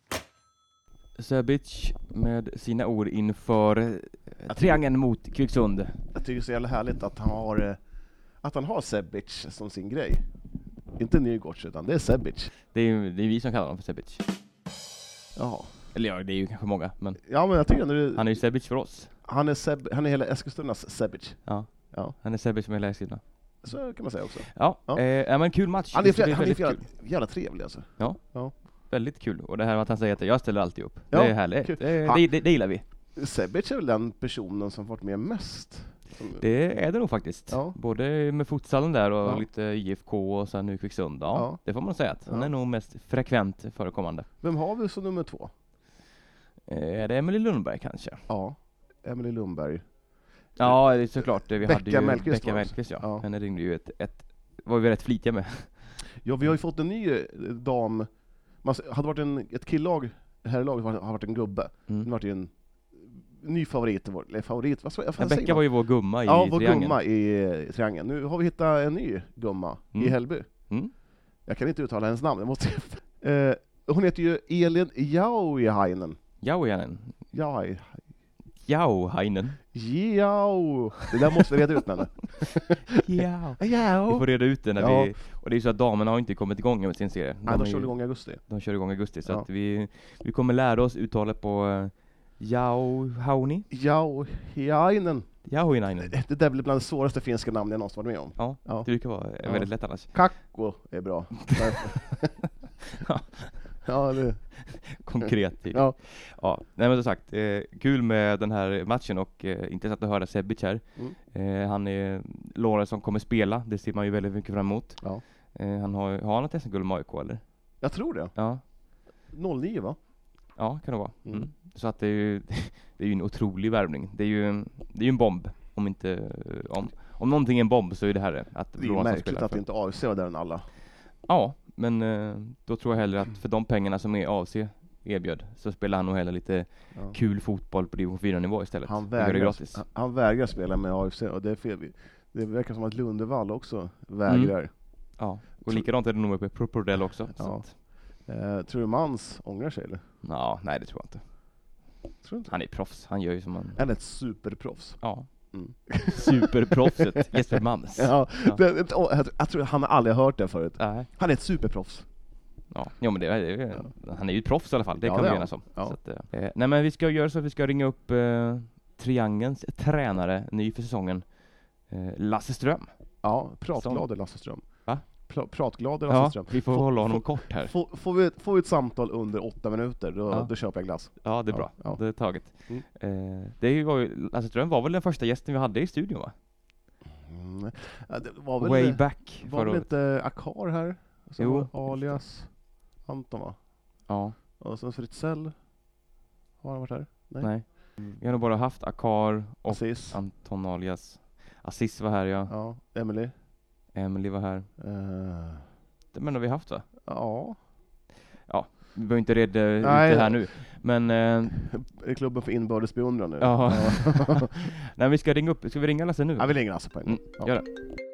Sebic med sina ord inför eh, triangeln mot Kvicksund.
Jag tycker det är så jävla härligt att han har, eh, att han har Sebic som sin grej. Inte Nygårds, utan det är Sebic.
Det är ju det är vi som kallar honom för Sebic.
Jaha.
Eller ja, det är ju kanske många, men
Ja, men jag tycker ändå det,
han är ju Sebic för oss.
han är Seb, han är hela Eskilstunas Sebic.
Ja,
Ja,
han är Sebic med hela Eskilstuna.
så kan man säga också.
Ja,
Ja.
eh, ja men kul match.
Han är,
Det ska
för,
bli
han är
väldigt
för jävla,
kul.
jävla trevlig alltså.
Ja.
Ja.
Väldigt kul. Och det här med att han säger att jag ställer alltid upp.
Ja,
det är härligt.
kul.
Det,
Han-
det, det, det gillar vi.
Sebic är väl den personen som varit med mest. Som,
Det är det nog faktiskt.
Ja.
Både med futsalen där och
Ja.
lite I F K och sen nu Kvicksund. Ja,
Ja.
det får man säga att han
Ja.
är nog mest frekvent förekommande.
Vem har vi som nummer två?
Eh, Är det Emily Lundberg kanske?
Ja, Emily Lundberg.
Ja, det är såklart. Det vi
Becka
hade ju
Mellqvist
Becka
var det.
Mellqvist, ja.
Ja.
Henne ringde ju ett, ett var vi rätt flitiga med.
Ja, vi har ju fått en ny eh, dam. Man s- hade varit en, ett killag, här i laget har har varit en gubbe.
Mm.
Nu varit ju en ny favorit, vår- eller favorit, vad, vad
Ja,
säger
Becka
man?
var ju vår gumma i
Ja, vår
triangeln.
gumma i eh, triangeln. Nu har vi hittat en ny gumma
Mm.
i Hällby.
Mm.
Jag kan inte uttala hennes namn, jag måste... eh, hon heter ju Elin Jauhainen.
Jauhainen.
Jai...
Jauhainen.
Jau! Det där måste vi reda ut med henne.
Jau. Vi
Jau!
får reda ut det när
Ja.
vi... Och det är ju så att damerna har inte kommit igång med sin serie.
Nej, de
är ju-
körde igång i augusti.
De kör igång i augusti, så
Ja.
att vi, vi kommer lära oss uttalet på uh, Jauhauni.
Jauhainen.
Jauhainen.
Det där blir bland de svåraste finska namn jag någonsin varit med om.
Ja,
Ja.
det brukar vara
Ja.
väldigt lätt annars.
Kakko är bra.
Ja.
Ja, det...
Konkret typ.
Ja.
Ja, nej men som sagt, eh, kul med den här matchen och eh, intressant att höra Sebic här.
Mm.
Eh, han är Låre som kommer spela, det ser man ju väldigt mycket fram emot.
Ja.
Eh, han har, har han ett S M-guld med A I K eller?
Jag tror det.
Ja,
noll nio va?
ja kan det vara.
Mm.
Mm. Så att det är ju det är ju en otrolig värvning. Det är ju det är ju en bomb. Om inte om, om någonting är en bomb så är det här det. Att
Det är ju
Lorentzon
märkligt
spelar
att
för.
inte A F C var där än alla.
Ja, men eh, då tror jag hellre att för de pengarna som är A F C erbjöd så spelar han nog hellre lite
Ja.
kul fotboll på division fyra nivå istället.
Han
Och gör det
vägrar,
gratis.
han, han vägrar spela med A F C och det är fel. Det verkar som att Lundevall också vägrar.
Ja, och likadant är det nog med Pro Prodell också. Så
Ja.
att,
Eh, tror du Mans ångrar sig eller?
ja, nej det tror jag inte.
Tror du inte?
Han är proffs, han gör ju som han...
Han är ett superproffs.
Ja.
Mm.
Superproffset Jesper Mans.
Ja,
Ja.
det, åh, jag, jag tror han har aldrig hört det förut.
Nej.
Han är ett superproffs.
Ja, jo, men det, är- det, är- han är ju ett proffs i alla fall, det
Ja,
kan
det
vi
är
enas om.
han. Ja.
Så att, eh, nej men vi ska göra så att vi ska ringa upp eh, Triangelns tränare, ny för säsongen, eh, Lasse Ström.
Ja, pratglade Lasse Ström.
Va?
Pra, pratglade Lasse
Ja,
Ström.
vi får
Få-
hålla honom
få-
kort här.
Får, får, vi, får vi ett samtal under åtta minuter, då,
Ja.
då köper jag glass.
Ja, det är
Ja,
bra.
ja.
Det är taget.
Mm.
Eh, det var ju, Lasse Ström var väl den första gästen vi hade i studion va?
Mm. Ja, det var väl,
Way back
var
förra
väl
året.
inte Akar här? Sen
Jo.
var alias Anton va?
Ja,
Och sen Fritzell. Har han varit här? Nej.
nej. Vi har nog bara haft Akar och
Aziz.
Anton alias. Aziz var här ja.
Ja, Emily.
Emily var här.
Eh,
Det men har vi haft va?
ja,
Vi behöver inte reda ut
Nej.
det här nu. Men eh,
är klubben för inbördes beundran nu.
Ja.
Ja.
nej, vi ska ringa upp. Ska vi ringa Lasse nu?
Ja, vi ringer alltså på en gång.
Mm,
Ja.
gör det.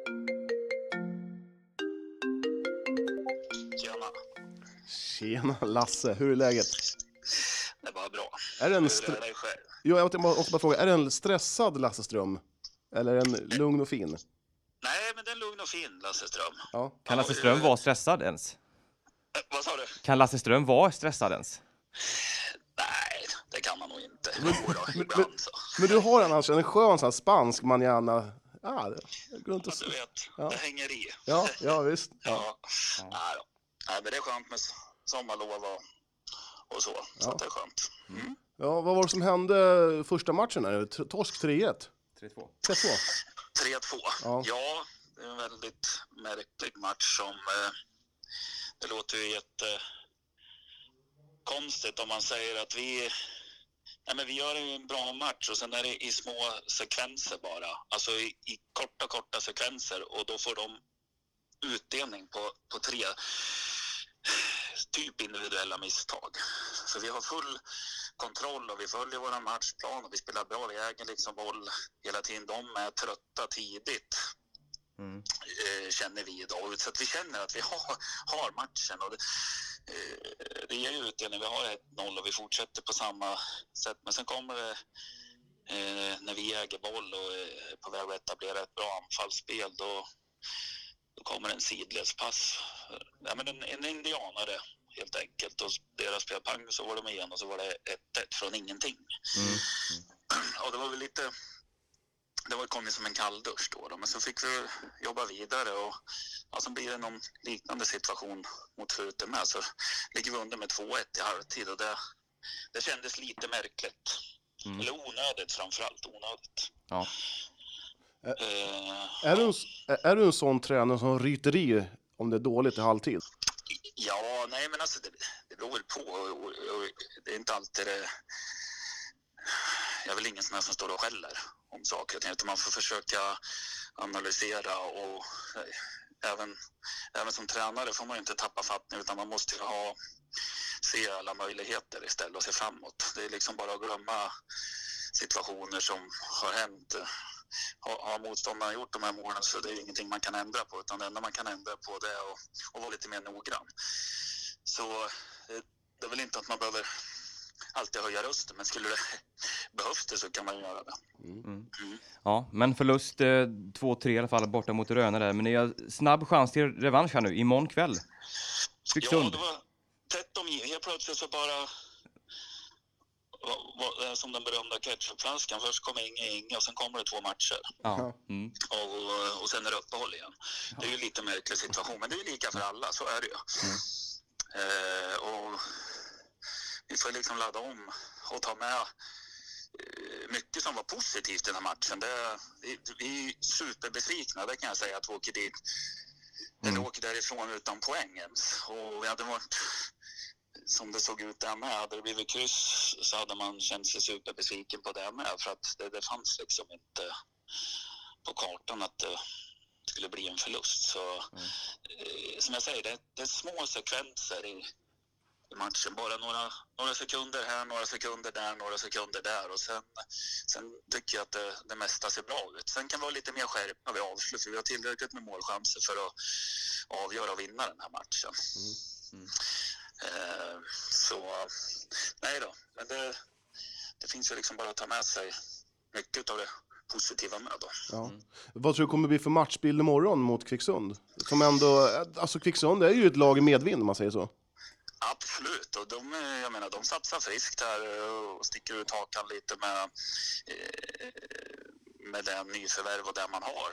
Tjena.
Tjena Lasse, hur är läget?
Det är bara bra.
Är det en
Hur
stre-
är det själv?
jo, jag måste måste bara fråga, är det en stressad Lasse Ström? Eller en lugn och fin?
Nej, men den är lugn och fin, Lasse Ström.
Ja.
Kan Lasse Ström vara stressad ens?
Eh, vad sa du?
Kan Lasse Ström vara stressad ens?
Nej, det kan man nog inte.
Men-
Jo då,
men-
ibland så.
Men du har annars en skön sån här spansk manana. Ja, det går inte
Ja,
så.
du vet,
Ja.
det hänger i.
Ja, ja visst. Ja.
Ja. Nej, då. Nej, men det är skönt med sommarlov och, och så. Så
Ja.
att det är skönt. Mm.
ja, vad var det som hände första matchen här? T- Torsk tre ett.
tre två.
tre två.
tre två.
Ja.
Ja, det är en väldigt märklig match som... Eh, det låter ju jättekonstigt om man säger att vi... Nej, men vi gör en bra match och sen är det i små sekvenser bara. Alltså i, i korta, korta sekvenser och då får de utdelning på, på tre,
typ individuella misstag. För vi har full kontroll och vi följer våran matchplan och vi spelar bra, vi äger liksom boll hela tiden. De är trötta tidigt. Mm. Eh, känner vi idag. Så att vi känner att vi har, har matchen och det, eh, det ger ju utdelning. Vi har ett noll och vi fortsätter på samma sätt. Men sen kommer det eh, när vi äger boll och är på väg att etablera ett bra anfallsspel, då, då kommer en sidledspass. Ja, men en, en indianare helt enkelt. Och deras spel pang, så var de igen och så var det ett ett från ingenting. Mm. Mm. Och det var väl lite... Det var kommit som en kalldusch då, då, men så fick vi jobba vidare och ja, så blir det någon liknande situation mot slutet med, så ligger vi under med två ett i halvtid och det, det kändes lite märkligt. Mm. Eller onödigt framförallt, onödigt.
Ja.
Uh, är, du en, är du en sån tränare som ryter i om det är dåligt i halvtid?
Ja, nej men alltså det, det beror väl på och, och, och det är inte alltid det... Jag är väl ingen sån här som står och skäller om saker och ting, utan man får försöka analysera och eh, även, även som tränare får man inte tappa fattning, utan man måste ha, se alla möjligheter istället och se framåt. Det är liksom bara att glömma situationer som har hänt. Har, har motståndarna gjort de här målen, så det är ingenting man kan ändra på, utan det enda man kan ändra på det är att och vara lite mer noggrann. Så eh, det är väl inte att man behöver alltid höja rösten, men skulle det behövs det så kan man göra det.
Mm. Mm. Ja, men förlust eh, två tre i alla fall borta mot Röna där, men ni har snabb chans till revansch här nu, imorgon kväll. Kvicksund.
Ja, det var tätt om helt plötsligt så bara var, var, som den berömda ketchupflaskan. Först kommer Inge Inge och sen kommer det två matcher.
Ja. Mm.
Och, och sen är det uppehåll igen. Ja. Det är ju lite märklig situation, men det är ju lika för alla, så är det ju. Mm. Eh, och vi får liksom ladda om och ta med mycket som var positivt i den här matchen. Det, vi, vi är superbesvikna, det kan jag säga, att vi åker dit. Mm. Eller åker därifrån utan poäng ens. Och vi hade varit, som det såg ut där med, hade det blivit kryss så hade man känt sig superbesviken på det med. För att det, det fanns liksom inte på kartan att det skulle bli en förlust. Så mm. eh, som jag säger, det, det är små sekvenser i i matchen, bara några, några sekunder här, några sekunder där, några sekunder där och sen, sen tycker jag att det, det mesta ser bra ut. Sen kan vi vara lite mer skärpa vid avslut, för vi har tillräckligt med målchanser för att avgöra och vinna den här matchen. Mm. Mm. Eh, så nej då, men det, det finns ju liksom bara att ta med sig mycket av det positiva med då.
Ja. Mm. Vad tror du kommer bli för matchbild imorgon mot Kvicksund? Som ändå, alltså Kvicksund är ju ett lag i medvind om man säger så.
Absolut, och de, jag menar, de satsar friskt här och sticker ut hakan lite med, med den nyförvärv och det man har.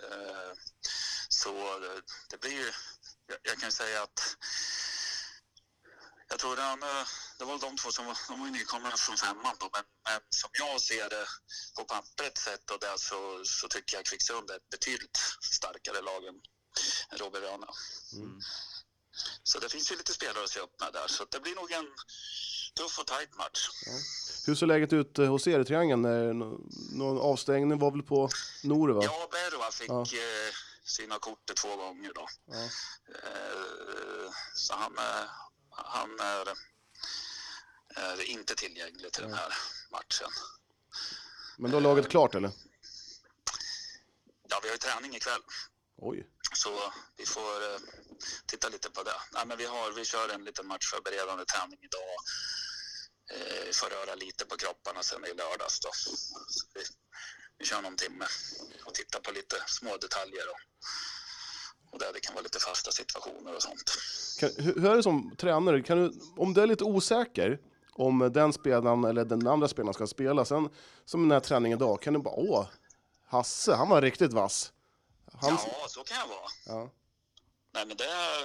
Så det blir ju, jag kan säga att jag tror det, det var de två som var, de var nykomna från femman då, men, men som jag ser det på pappret sätt och där så, så tycker jag Kvicksund är ett betydligt starkare lag än Robert Röna. Mm. Så det finns ju lite spelare att se upp med där. Så det blir nog en tuff och tajt match.
Ja. Hur ser läget ut hos er i triangeln? Någon avstängning var väl på Nore, va?
Ja, Berva fick ja. eh, sina kort två gånger då. Ja. Eh, så han, eh, han är, är inte tillgänglig till ja. den här matchen.
Men då är laget eh, klart, eller?
Ja, vi har ju träning ikväll.
Oj.
Så vi får eh, titta lite på det. Nej, men vi, har, vi kör en liten matchförberedande träning idag. Eh, vi får röra lite på kropparna sen i lördags då. Så vi, vi kör någon timme och tittar på lite små detaljer och, och där det kan vara lite fasta situationer och sånt.
Kan, hur är det som tränare? Kan du, om du är lite osäker om den spelaren eller den andra spelaren ska spela sen, som den här träningen idag, kan du bara, åh, Hasse, han var riktigt vass. Han...
Ja, så kan jag vara. Ja. Nej, men det är...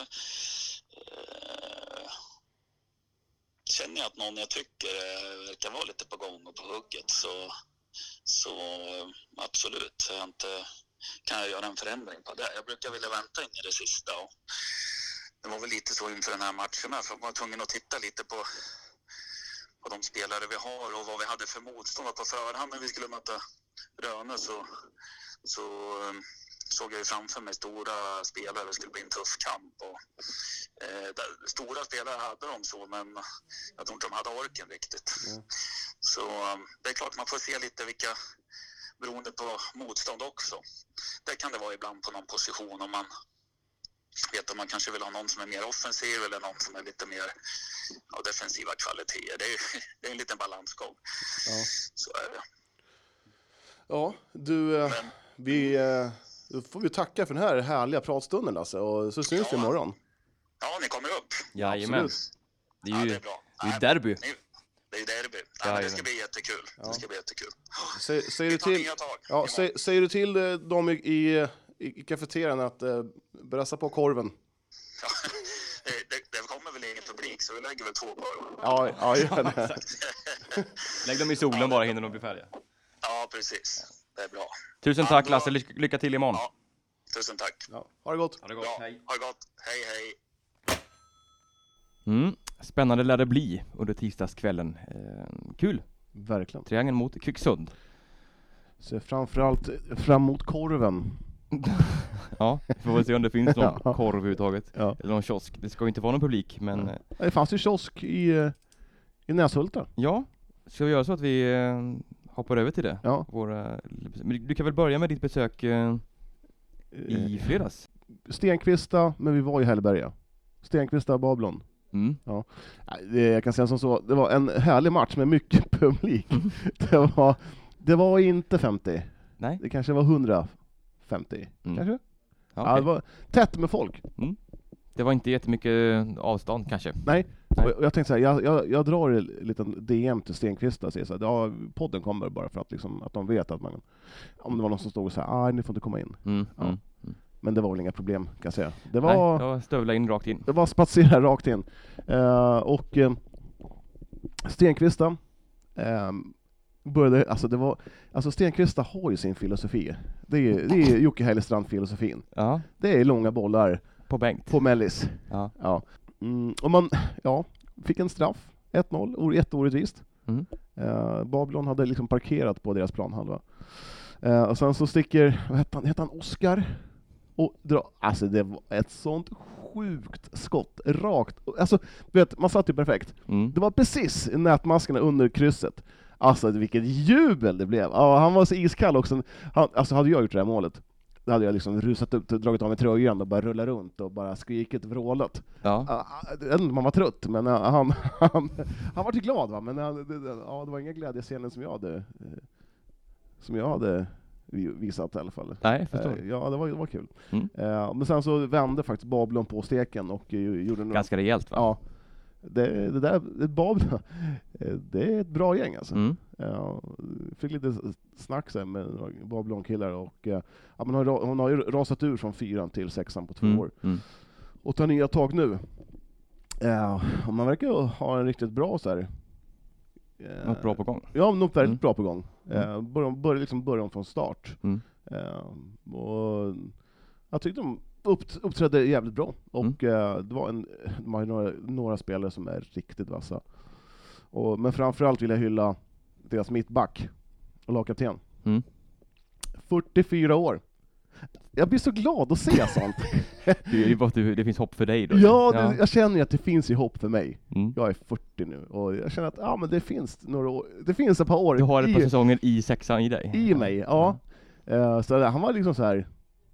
Eh, känner jag att någon jag tycker eh, verkar vara lite på gång och på hugget, så, så absolut. Jag inte, kan jag göra en förändring på det. Jag brukar vilja vänta in i det sista. Och det var väl lite så inför den här matchen här, för man var tvungen att titta lite på, på de spelare vi har och vad vi hade för motstånd på förhand när vi skulle möta Röne, så... så såg jag ju framför mig stora spelare. Det skulle bli en tuff kamp. Och, eh, där, stora spelare hade de så, men jag tror inte de hade orken riktigt. Mm. Så um, det är klart man får se lite vilka, beroende på motstånd också. Det kan det vara ibland på någon position om man vet att man kanske vill ha någon som är mer offensiv eller någon som är lite mer av defensiva kvaliteter. Det är, det är en liten balansgång.
Ja.
Så är det.
Ja, du, Men, vi, då får vi tacka för den här härliga pratstunden, alltså, och så syns
ja,
vi imorgon.
Ja, ni kommer upp.
Jajamän. Det är ju,
ja, det är bra.
Det är derby.
Ni, det är derby. Ja, men det ska bli jättekul.
Ja.
Det ska bli jättekul.
Sä, säger, du till, ja, sä, säger du till dem i, i, i kafeterian att äh, brassa på korven?
Ja, det, det, det kommer väl ingen publik, så vi lägger väl två korvar.
Ja, ja, gör det.
Lägg dem i solen ja, bara hinner de bli färdiga.
Ja, precis. Det är bra.
Tusen tack, ja, Lasse. Lycka, lycka till imorgon.
Ja, tusen tack.
Ja, ha det gott.
Ha det gott.
Ja,
hej.
Ha det gott. Hej, hej.
Mm. Spännande lär det bli under tisdagskvällen. Eh, kul.
Verkligen.
Triangeln mot Kvicksund.
Så framförallt fram mot korven.
Ja, vi får väl se om det finns någon
ja.
korv överhuvudtaget.
Ja.
Eller någon kiosk. Det ska ju inte vara någon publik, men...
Ja. Det fanns ju kiosk i, i Näshulta.
Ja, ska vi göra så att vi eh, hoppar över till det?
Ja.
Våra, men du kan väl börja med ditt besök eh, i fredags?
Stenqvista, men vi var i Hellberga. Stenqvista, Babylon.
Mm.
Ja. Jag kan säga som så, det var en härlig match med mycket publik. Mm. Det var, det var inte femtio.
Nej.
Det kanske var hundrafemtio. Mm. Kanske? Ja, okay. Ja, det var tätt med folk.
Mm. Det var inte jättemycket avstånd kanske.
Nej. Nej. Och jag tänkte så här, jag, jag, jag drar en liten D M till Stenqvista och säger så här, ja, podden kommer bara för att, liksom, att de vet att man, om det var någon som stod och sa, ah, ni får inte komma in.
Mm.
Ja.
Mm.
Men det var väl inga problem, kan jag säga. Det var,
Nej, det var stövla in rakt in.
Det var spatsera rakt in. Uh, och uh, Stenqvista uh, började, alltså det var, alltså Stenqvista har ju sin filosofi. Det är, det är Jocke Hellestrand-filosofin.
Ja.
Det är långa bollar
på bänk.
På mellis.
Ja.
Ja. Mm, och man, ja, fick en straff. ett noll, jätteorättvist.
Mm.
Uh, Babylon hade liksom parkerat på deras planhalva. Uh, och sen så sticker, vad heter han, heter han Oskar? Och dra, alltså det var ett sånt sjukt skott, rakt. Alltså, vet, man satt ju perfekt.
Mm.
Det var precis i nätmaskerna under krysset. Alltså vilket jubel det blev. Ja, han var så iskall också. Han, alltså hade jag gjort det här målet, då hade jag liksom rusat upp, dragit av mig tröjan och bara rullat runt och bara skrikit och vrålat.
Ja.
Uh, man var trött, men uh, han, han, han var till glad, va? Men uh, det, det, uh, det var inga glädjescener som jag hade uh, som jag hade visat i alla fall.
Nej, förstår.
Uh, ja, det var, det var kul.
Mm.
Uh, men sen så vände faktiskt Babylon på steken och uh, gjorde en...
Ganska rejält, va?
Ja. Det, det där, det Babylon, det är ett bra gäng alltså.
Mm.
Uh, fick lite snack sen med Babylon-killar och uh, ja, men hon, hon har ju rasat ur från fyran till sexan på två
mm.
år.
Mm.
Och tar nya tag nu. Uh, och man verkar ha en riktigt bra så här.
Uh, något bra på gång.
Ja, något väldigt mm. bra på gång. Uh,
mm.
börja, börja, liksom börja från start.
Mm.
Uh, och jag tyckte de upp, uppträdde jävligt bra. Och mm. uh, det var en, de har några, några spelare som är riktigt vassa. Och, men framförallt vill jag hylla deras mittback och lagkapten.
Mm.
fyrtiofyra år. Jag blir så glad att se sånt.
det, är bara, det finns hopp för dig då.
Ja, det, jag känner att det finns ju hopp för mig.
Mm.
Jag är fyrtio nu och jag känner att ja, men det finns några år, det finns ett par år.
Du har ett par
i,
säsonger i sexan i dig.
I mig, ja. Uh, så han var liksom så här.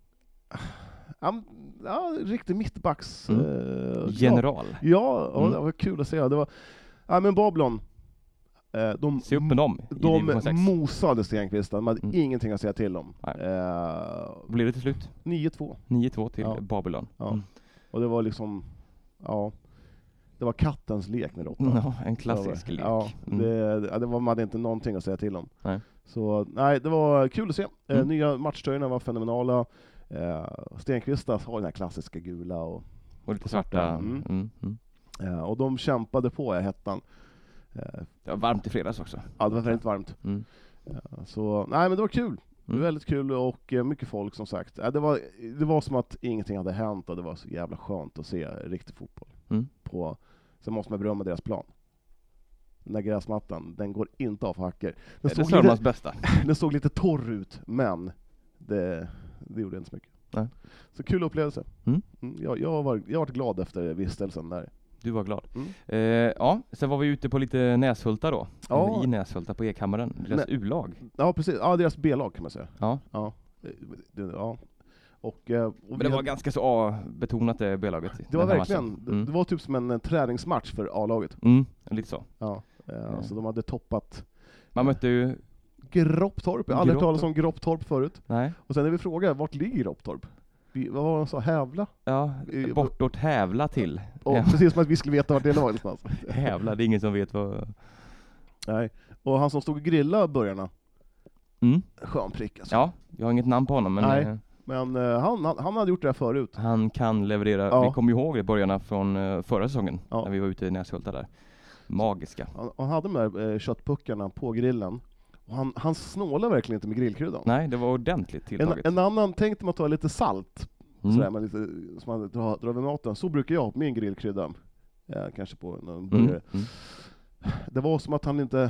Han, ja, riktig mittbacks
mm.
uh,
general.
Ja, ja
mm.
det var kul att se. Det var, ja, men Babylon. De,
Se upp med dem i
de mosade Stenqvista, de hade
mm.
ingenting att säga till om.
Uh, Vad blev det till slut?
nio två.
nio två till
ja.
Babylon.
Ja.
Mm.
Och det var liksom, ja, det var kattens lek med råttan.
Ja, en klassisk lek.
Ja,
mm.
det, det var, man hade inte någonting att säga till om.
Nej.
Så nej, det var kul att se.
Mm.
Uh, nya matchtröjorna var fenomenala. Uh, Stenqvista har den här klassiska gula och,
och lite svarta.
Mm.
Mm. Mm.
Uh, och de kämpade på i hettan.
Det var varmt i fredags också.
Ja, det var väldigt varmt.
Mm.
Ja, så, nej men det var kul. Mm. Det var väldigt kul och uh, mycket folk som sagt. Ja, det, var, det var som att ingenting hade hänt och det var så jävla skönt att se riktig fotboll.
Mm.
På, sen måste man berömma deras plan. Den där gräsmattan, den går inte av för hacker. Den,
det såg lite, bästa.
den såg lite torr ut, men det, det gjorde inte så mycket.
Nej.
Så kul upplevelse.
Mm.
Mm, jag, jag, var, jag var glad efter vistelsen där.
Du var glad.
Mm.
Eh, ja, sen var vi ute på lite Näshulta då.
Ja.
Eh, I Näshulta på Ekhammaren. Deras
Nej.
U-lag.
Ja, precis. Ja, deras B-lag kan man säga.
Ja.
Ja. Det, ja. Och, eh, och
Men
vi
det var
hade-
ganska så A-betonat det B-laget. i
det var
den här
verkligen,
matchen.
det,
Mm.
det var typ som en, en träningsmatch för A-laget.
Mm, lite så.
Ja. Eh,
Mm.
Så de hade toppat
Man mötte ju...
Gropptorp. Jag har aldrig
Gropptorp.
talat om Gropptorp förut.
Nej.
Och sen när vi frågade, vart ligger Gropptorp? Vi, vad var det de sa? Hävla?
Ja,
I-
bortåt Hävla till.
Och
Ja.
precis som att vi skulle veta vart det låg någonstans.
Hävla, det är ingen som vet vad...
Nej. Och han som stod och grillade burgarna,
Mm.
skön prick alltså.
Ja, jag har inget namn på honom men
Nej.
eh,
Men eh, han, han, han hade gjort det här förut.
han kan leverera.
Ja.
Vi kommer ju ihåg det börjarna från eh, förra säsongen
Ja.
när vi var ute i Näshulta där. Magiska.
Han, han hade de där eh, köttpuckarna på grillen. Och han, han snålade verkligen inte med grillkryddan.
Nej, det var ordentligt
En,
tilltaget.
en annan tänkte man att ta lite salt,
Mm.
sådär, men lite, som man drar, drar över maten. Så brukar jag ha på min grillkrydda. Ja, kanske på någon
Mm.
burgare.
Mm.
Det var som att han inte...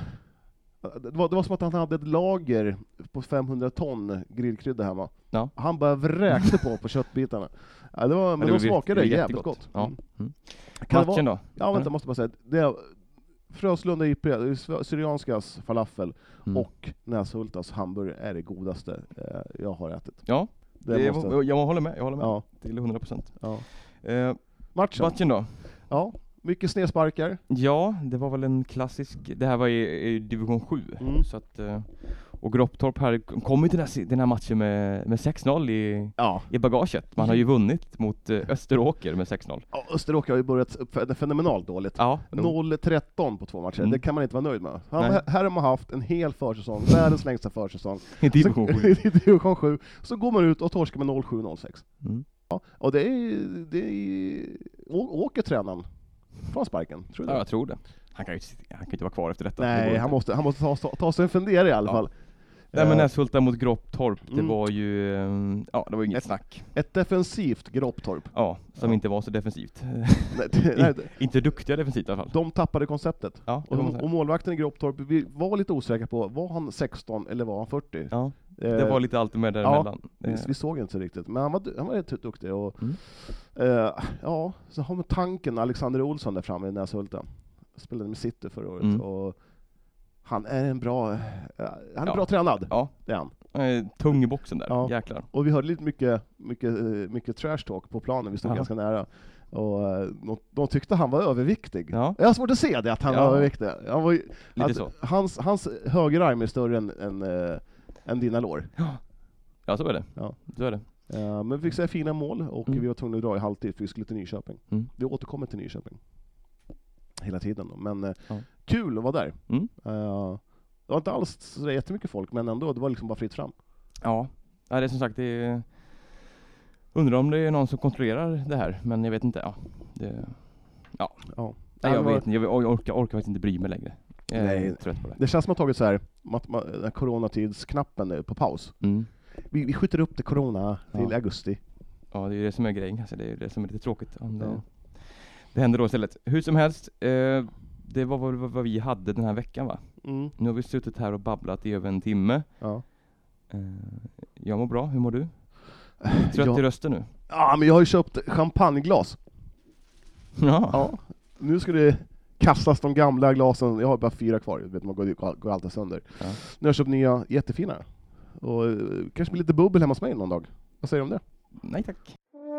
Det var, det var som att han hade ett lager på femhundra ton grillkrydda hemma.
Ja.
Han bara vräkte på på köttbitarna. Ja, det var, men
det
de
var
smakade
vir-
jävligt
jättegott.
gott.
Ja.
Mm.
Mm.
Kan det
Matchen
vara,
då?
ja, vänta, måste bara säga. Det är Fröslunda I P, det är Syrianskas falafel
Mm.
och Näshultas hamburgare är det godaste eh, jag har ätit.
Ja,
Det
det
måste,
var, jag håller med. Jag håller med.
ja,
Till hundra procent.
ja.
Eh,
Matchen.
matchen då?
Ja, mycket snedsparkar.
Ja, det var väl en klassisk... Det här var i, i division sju.
Mm.
Så att, eh, och Gropptorp här kom ju till den här, den här matchen med, med sex noll i,
Ja.
i bagaget. Man har ju vunnit mot eh, Österåker med sex noll.
Ja, Österåker har ju börjat upp- fenomenalt dåligt.
Ja,
noll tretton på två matcher,
Mm.
det kan man inte vara nöjd med. Han,
Nej.
här har man haft en hel försäsong, världens längsta försäsong.
i division
Så-
sju.
I division sju. Så går man ut och torskar med noll sju noll sex.
Mm.
Ja, och det är, det är Å- åker tränaren från sparken, tror du
Ja,
det?
jag tror det. Han kan ju han kan ju inte vara kvar efter detta. Det går
Nej,
inte.
han måste, han måste ta, ta, ta sig en fundera i alla
Ja.
fall.
Nej, men
Eh,
Näshulta mot Gropptorp, det
Mm.
var ju... eh, Ja, det var inget
Ett-
snack.
Ett defensivt Gropptorp.
Ja, som
Ja.
inte var så defensivt.
Nej, det- nej,
Inte duktiga defensivt i alla fall.
de tappade konceptet.
Ja, det
Och,
får man säga.
och målvakten i Gropptorp, vi var lite osäkra på, var han sexton eller var han fyrtio?
Ja, det
Eh,
var lite allt med däremellan.
vi,
Eh,
vi såg inte så riktigt, men han var, han var rätt duktig. Och,
Mm.
eh, ja, så har man tanken Alexander Olsson där framme i Näshulta. Spelade med City förra året.
Mm.
Och han är en bra, eh, han är
Ja.
bra tränad.
Ja,
Det är han.
eh, tung i boxen där.
Ja.
Jäklar.
Och vi hörde lite mycket, mycket, eh, mycket trash talk på planen, vi stod
Aha.
ganska nära. Och eh, de, de tyckte han var överviktig.
Ja,
Jag har svårt att se det, att han
Ja.
var överviktig. Han var, ju-
lite
att
så.
Hans, hans högerarm är större än, än, eh, än dina lår.
Ja, så är det.
Ja.
Så är det.
Eh, men vi fick säga fina mål och
Mm.
vi var tvungna att dra i halvtid för vi skulle till Nyköping.
Mm.
Vi återkommer till Nyköping hela tiden då. Men eh,
Ja.
kul att vara där.
Mm.
Eh, det var inte alls så jättemycket folk, men ändå, det var liksom bara fritt fram.
Ja, ja det är som sagt, det är... Undrar om det är någon som kontrollerar det här, men jag vet inte. Ja, det...
Ja.
Nej,
det,
jag
var,
vet inte, jag orkar, orkar, orkar faktiskt inte bry mig längre. Jag är
Nej.
trött på det.
det känns som att man tagit så här, mat, ma, den här coronatidsknappen är på paus.
Mm.
Vi, vi skjuter upp det corona till
Ja.
augusti.
Ja, det är det som är grejen. Alltså, det är det som är lite tråkigt. Om det,
Ja.
det händer då istället. Hur som helst, eh, det var vad, vad vi hade den här veckan, va?
Mm.
Nu har vi suttit här och babblat i över en timme.
Ja.
Eh, jag mår bra, hur mår du? Trött
Ja.
i rösten nu?
Ja, men jag har ju köpt champagneglas.
Ja.
Ja. Nu ska det kastas de gamla glasen. Jag har bara fyra kvar, vet man går, går alltid sönder.
Ja.
Nu har jag köpt nya jättefina. Och eh, kanske blir lite bubbel hemma hos mig någon dag. Vad säger du om det?
Nej tack.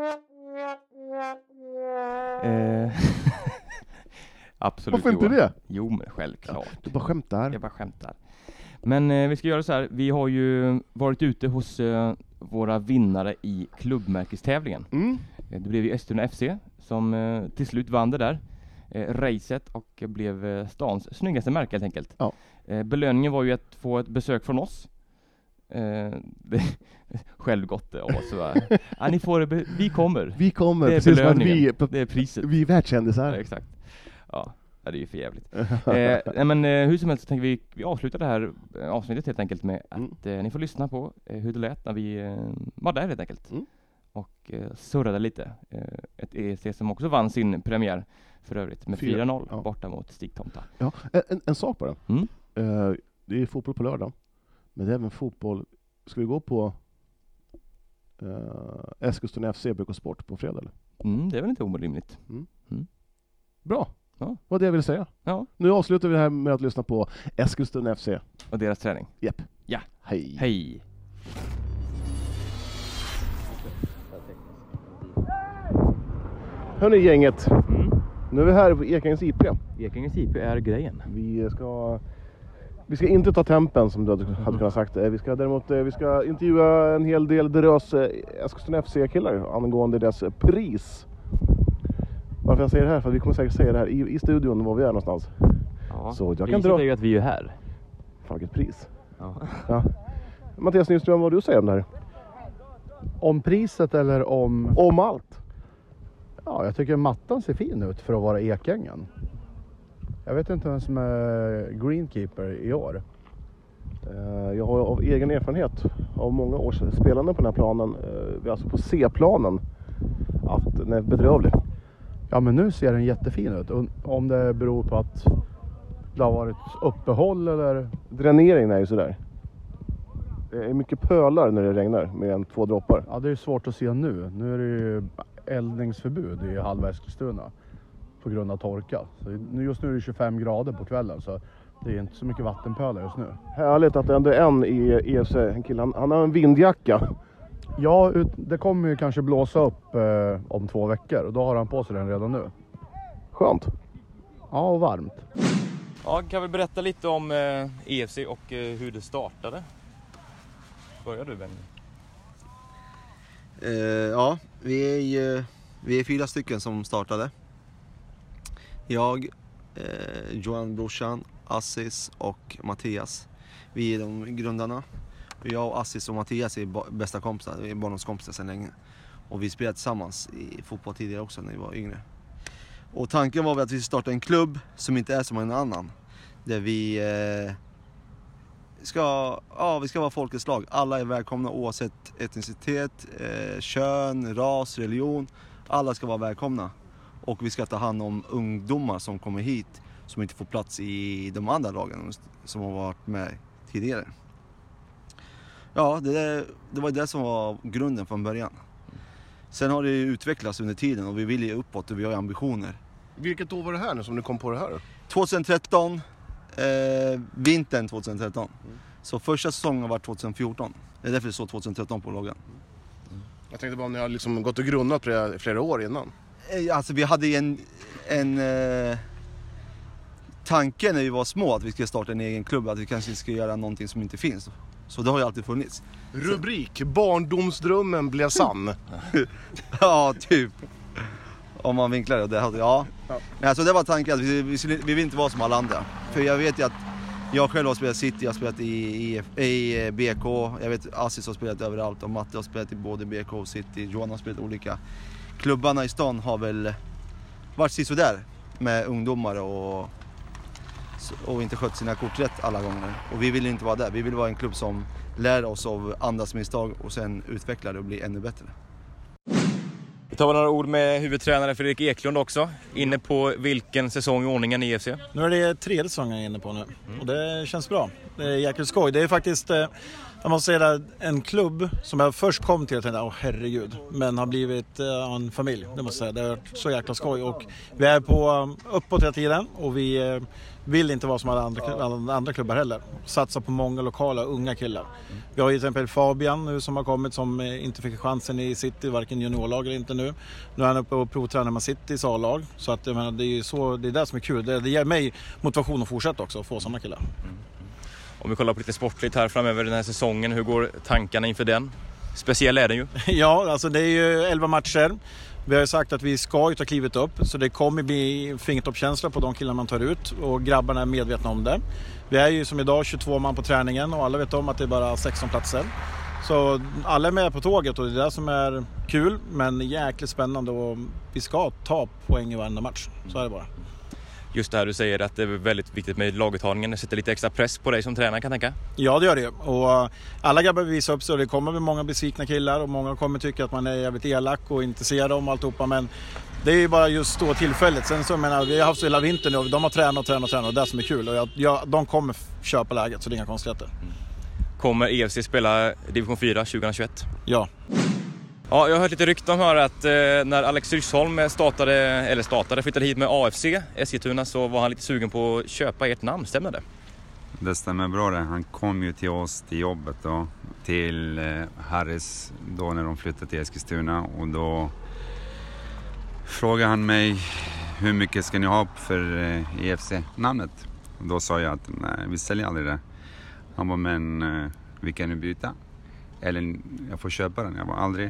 Eh, Absolut.
Varför inte
Johan.
det?
Jo, men självklart.
Du bara skämtar.
Jag bara skämtar. Men eh, vi ska göra så här. Vi har ju varit ute hos eh, våra vinnare i klubbmärkestävlingen.
Mm.
Eh, Det blev ju Eskilstuna F C som eh, till slut vann det där eh, racet och blev eh, stans snyggaste märke helt enkelt.
Ja.
Eh, belöningen var ju att få ett besök från oss. Eh, det, självgott av oss. va? Ja, ni får det be- vi kommer.
Vi kommer,
Det är
precis som att vi,
belöningen. Det är priset.
vi är
Ja,
världskändisar.
exakt. Ja, det är ju för jävligt. eh, nej, men eh, hur som helst så tänker vi, vi avslutar det här eh, avsnittet helt enkelt med att
Mm.
eh, ni får lyssna på eh, hur det lät när vi eh, var där helt enkelt.
Mm.
Och eh, surrade lite. Eh, ett E E C som också vann sin premiär för övrigt med
Fyra,
fyra noll
ja.
borta mot Stigtomta.
Ja, en, en, en sak bara.
Mm.
Eh, det är fotboll på lördag. Men det är även fotboll. Ska vi gå på uh, Eskilstuna F C B K Sport på fredag. Eller?
Mm, det är väl inte orimligt.
Mm.
Mm.
Bra.
Ja.
Vad det jag vill säga.
Ja.
Nu avslutar vi det här med att lyssna på Eskilstuna F C.
Och deras träning.
Japp.
Ja.
Hej.
Hej.
Hörni gänget.
Mm.
Nu är vi här på Ekängens I P.
Ekängens I P är grejen.
Vi ska vi ska inte ta tempen som du hade, hade kunnat sagt. Vi ska däremot vi ska intervjua en hel del drös Eskilstuna F C-killar angående deras pris. Varför jag säger det här? För vi kommer säkert säga det här i, i studion var vi är någonstans.
Ja.
Så jag kan
Priset
dra...
är ju att vi är här.
Fan, vilket pris.
Ja.
Ja. Mattias Nyström, vad du säger om det här?
Om priset eller om...
Om allt.
Ja, jag tycker mattan ser fin ut för att vara Ekängen. Jag vet inte vem som är greenkeeper i år.
Jag har av egen erfarenhet av många års spelande på den här planen, vi är alltså på C-planen, att den är bedrövlig.
Ja, men nu ser den jättefin ut. Om det beror på att det har varit uppehåll eller...
Dräneringen är ju sådär. Det är mycket pölar när det regnar med en, två droppar.
Ja, det är svårt att se nu. Nu är det ju eldningsförbud i halva Eskilstuna på grund av torka. Så just nu är det tjugofem grader på kvällen, så det är inte så mycket vattenpölar just nu.
Härligt att det ändå är en i E F C, en kille, han, han har en vindjacka.
Ja, det kommer ju kanske blåsa upp eh, om två veckor och då har han på sig den redan nu.
Skönt.
Ja, och varmt.
Ja, kan vi berätta lite om eh, E F C och eh, hur det startade? Börjar du, Benny?
Uh, ja, vi är, ju, vi är fyra stycken som startade. Jag, eh, Johan Brorsan, Assis och Mattias. Vi är de grundarna. Jag och Assis och Mattias är bästa kompisar, vi är barndomskompisar sedan länge. Och vi spelade tillsammans i fotboll tidigare också när vi var yngre. Och tanken var väl att vi startar en klubb som inte är som en annan. Där vi eh, ska, ja, vi ska vara folkets lag. Alla är välkomna oavsett etnicitet, eh, kön, ras, religion. Alla ska vara välkomna. Och vi ska ta hand om ungdomar som kommer hit som inte får plats i de andra lagen som har varit med tidigare. Ja, det, det var det som var grunden från början. Sen har det utvecklats under tiden och vi vill ju uppåt och vi har ambitioner.
Vilket år var det här nu som du kom på det här då?
tjugohundratretton, eh, vintern tjugohundratretton. Mm. Så första säsongen var tjugohundrafjorton. Det är därför det står tjugohundratretton på loggan.
Mm. Jag tänkte bara om ni har liksom gått och grunnat på det flera år innan.
Eh, alltså vi hade en, en eh, tanke när vi var små att vi skulle starta en egen klubb. Att vi kanske ska göra någonting som inte finns. Så det har ju alltid funnits.
Rubrik, barndomsdrömmen blev sann.
Ja, typ. Om man vinklar det. det hade, ja. Ja. Alltså det var tanken att vi, vi, vi vill inte vara som alla andra. För jag vet ju att jag själv har spelat City, jag har spelat i, i, i B K. Jag vet Assis har spelat överallt och Matte har spelat i både B K och City. Johan har spelat olika. Klubbarna i stan har väl varit sådär med ungdomar och, och inte skött sina kort rätt alla gånger. Och vi vill inte vara där. Vi vill vara en klubb som lär oss av andras misstag och sen utvecklar det och blir ännu bättre.
Vi tar några ord med huvudtränare Fredrik Eklund också. Inne på vilken säsong i ordningen i E F C?
Nu är det tredje säsongen jag är inne på nu. Mm. Och det känns bra. Det är jäkligt skoj. Det är faktiskt, jag måste säga det, en klubb som jag först kom till och tänkte, åh herregud. Men har blivit en familj, det måste jag säga. Det har varit så jäkla skoj. Och vi är på uppåt hela tiden och vi vill inte vara som alla andra, alla andra klubbar heller. Satsa på många lokala unga killar. Mm. Vi har ju till exempel Fabian nu som har kommit som inte fick chansen i City, varken juniorlag eller inte nu. Nu är han uppe och provtränar med Citys A-lag. Så att, jag menar, det är så, det är det som är kul. Det, det ger mig motivation att fortsätta också och få sådana killar. Mm.
Om vi kollar på lite sportligt här framöver den här säsongen, hur går tankarna inför den? Speciell är den ju.
Ja, alltså det är ju elva matcher. Vi har ju sagt att vi ska ju ta klivet upp, så det kommer bli fingertoppkänsla på de killar man tar ut och grabbarna är medvetna om det. Vi är ju som idag tjugotvå man på träningen och alla vet om att det är bara sexton platser. Så alla är med på tåget och det är det som är kul men jäkligt spännande och vi ska ta poäng i varenda match, så är det bara.
Just det här du säger att det är väldigt viktigt med laguttagningen. Det sätter lite extra press på dig som tränare, kan jag tänka.
Ja, det gör det. Och alla grabbar visar upp sig och det kommer med många besvikna killar och många kommer tycka att man är jävligt elak och inte ser dem och alltihopa. Men det är ju bara just då tillfället. Sen så menar vi har haft så hela vintern nu och de har tränat och tränat och tränat och det är som är kul. Och jag, jag, de kommer köpa läget, så det är inga konstigheter.
Kommer E F C spela division fyra tjugohundratjugoett?
Ja.
Ja, jag har hört lite rykten om här att eh, när Alex Ryssholm startade, eller startade, flyttade hit med A F C, Eskilstuna, så var han lite sugen på att köpa ert namn, stämmer det?
Det stämmer bra det. Han kom ju till oss till jobbet då, till eh, Harris då när de flyttade till Eskilstuna, och då frågade han mig hur mycket ska ni ha för eh, E F C-namnet? Och då sa jag att nej, vi säljer aldrig det. Han var men eh, vi kan ju byta. Eller jag får köpa den, jag var aldrig.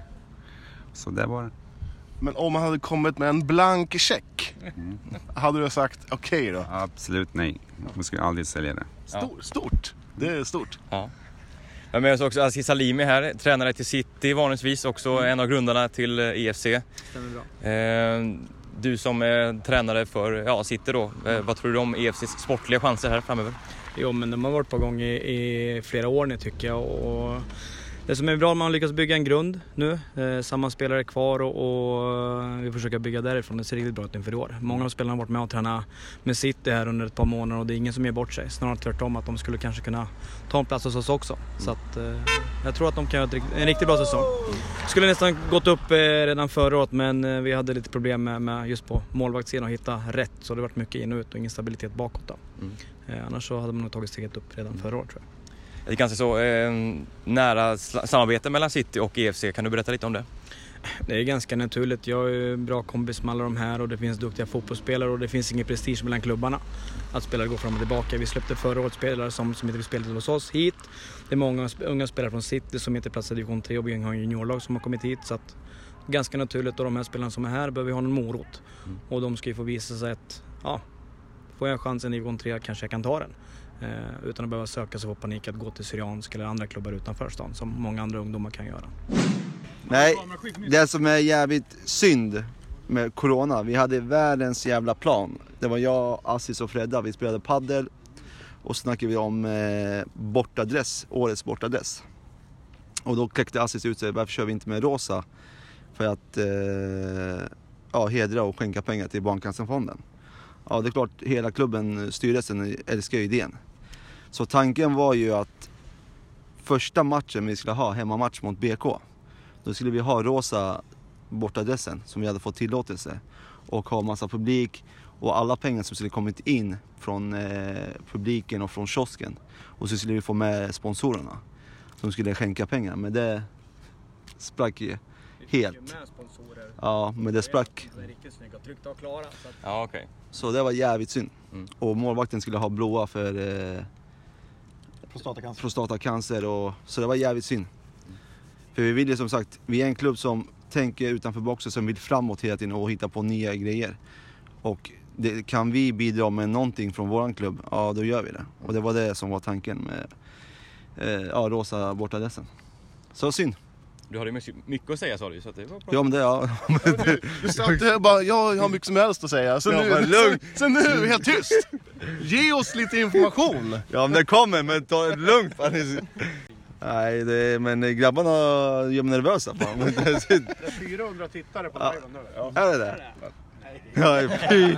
Så det var det.
Men om man hade kommit med en blank check,
Mm.
hade du sagt okej då?
Absolut nej. Vi skulle aldrig sälja det.
Stor, stort. Det är stort.
Ja. Jag med oss också Aziz Salimi här, tränare till City vanligtvis, också en av grundarna till E F C.
Stämmer bra.
Eh, du som är tränare för ja, City då, eh, vad tror du om E F C:s sportliga chanser här framöver?
Jo, men de har varit på gång i, i flera år nu tycker jag, och det som är bra är att man lyckas bygga en grund nu. Eh, samma spelare är kvar och, och vi försöker bygga därifrån. Det ser riktigt bra ut inför i år. Många av spelarna har varit med och tränat med City här under ett par månader och det är ingen som ger bort sig. Snarare tvärtom att de skulle kanske kunna ta en plats hos oss också. Mm. Så att, eh, jag tror att de kan göra en riktigt bra säsong. Mm. Skulle nästan gått upp eh, redan förra året, men eh, vi hade lite problem med, med just på målvaktssidan att hitta rätt. Så det har varit mycket in och ut och ingen stabilitet bakåt då. Mm. Eh, annars så hade man nog tagit steget upp redan förra året tror jag.
Det är ganska så eh, nära samarbete mellan City och E F C. Kan du berätta lite om det?
Det är ganska naturligt. Jag är bra kompis med alla de här och det finns duktiga fotbollsspelare och det finns ingen prestige mellan klubbarna att spelare går fram och tillbaka. Vi släppte förra året spelare som, som inte vill spela hos oss hit. Det är många unga spelare från City som inte platsar i division tre och vi har en juniorlag som har kommit hit. Så att, ganska naturligt, och de här spelarna som är här behöver vi ha en morot. Mm. Och de ska ju få visa sig att ja, får jag chansen i division tre kanske jag kan ta den. Eh, utan att behöva söka sig på panik att gå till Syriansk eller andra klubbar utanför stan som många andra ungdomar kan göra.
Nej, det som är jävligt synd med corona, vi hade världens jävla plan. Det var jag, Aziz och Fredda, vi spelade paddel och snackade vi om eh, bortadress, årets bortadress. Och då kläckte Aziz ut sig, varför kör vi inte med rosa? För att eh, ja, hedra och skänka pengar till Barncancerfonden. Ja, det är klart, hela klubben, styrelsen älskar ju idén. Så tanken var ju att första matchen vi skulle ha, hemmamatch mot B K, då skulle vi ha rosa bortadressen som vi hade fått tillåtelse och ha massa publik och alla pengar som skulle kommit in från eh, publiken och från kiosken. Och så skulle vi få med sponsorerna som skulle skänka pengar, men det sprack ju helt. Ja, men det sprack.
Ja, okay.
Så det var jävligt synd. Mm. Och målvakten skulle ha blåa för eh,
prostatacancer.
prostatacancer och, så det var jävligt synd. Mm. För vi vill ju som sagt, vi är en klubb som tänker utanför boxen, som vill framåt hela tiden och hitta på nya grejer. Och det, kan vi bidra med någonting från våran klubb, ja då gör vi det. Och det var det som var tanken med eh, ja, rosa bortadressen. Så synd.
Du hade mycket, mycket att säga, sa du, så att det var bra.
Ja, men det ja.
Du, du satt här bara, jag har mycket som helst att säga. Så nu, sen, sen nu är vi helt tyst. Ge oss lite information.
Ja, men det kommer, men ta det lugnt. Nej, det, men grabbarna gör mig nervösa. Fan.
Det är fyrahundra tittare på liven nu.
Ja. Är det det? Ja, fy.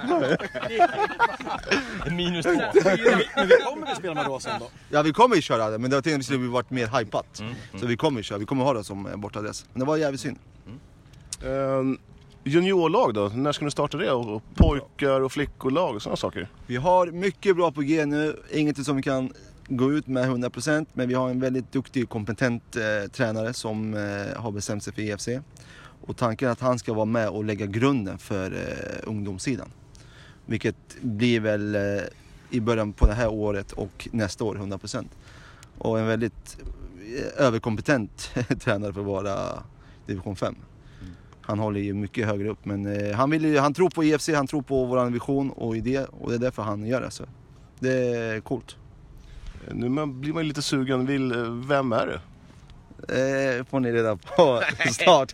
Minus två.
Men vi kommer att spela med rosa då?
Ja, vi kommer ju köra det, men det var tänkt att det skulle varit mer hypat.
Mm, mm.
Så vi kommer ju köra, vi kommer ha det som bortadress. Men det var jävligt synd.
Mm. Uh, juniorlag då? När ska ni starta det? Och pojkar och flickorlag och sådana saker?
Vi har mycket bra på G nu. Inget som vi kan gå ut med hundra procent. Men vi har en väldigt duktig och kompetent eh, tränare som eh, har bestämt sig för E F C. Och tanken är att han ska vara med och lägga grunden för eh, ungdomssidan. Vilket blir väl eh, i början på det här året och nästa år hundra procent. Och en väldigt eh, överkompetent tränare för våra division fem. Mm. Han håller ju mycket högre upp, men eh, han, vill ju, han tror på E F C, han tror på vår vision och idé, och det är därför han gör det. Så det är coolt.
Nu blir man lite sugen. Vill, vem är det?
Eh, får ni reda på start.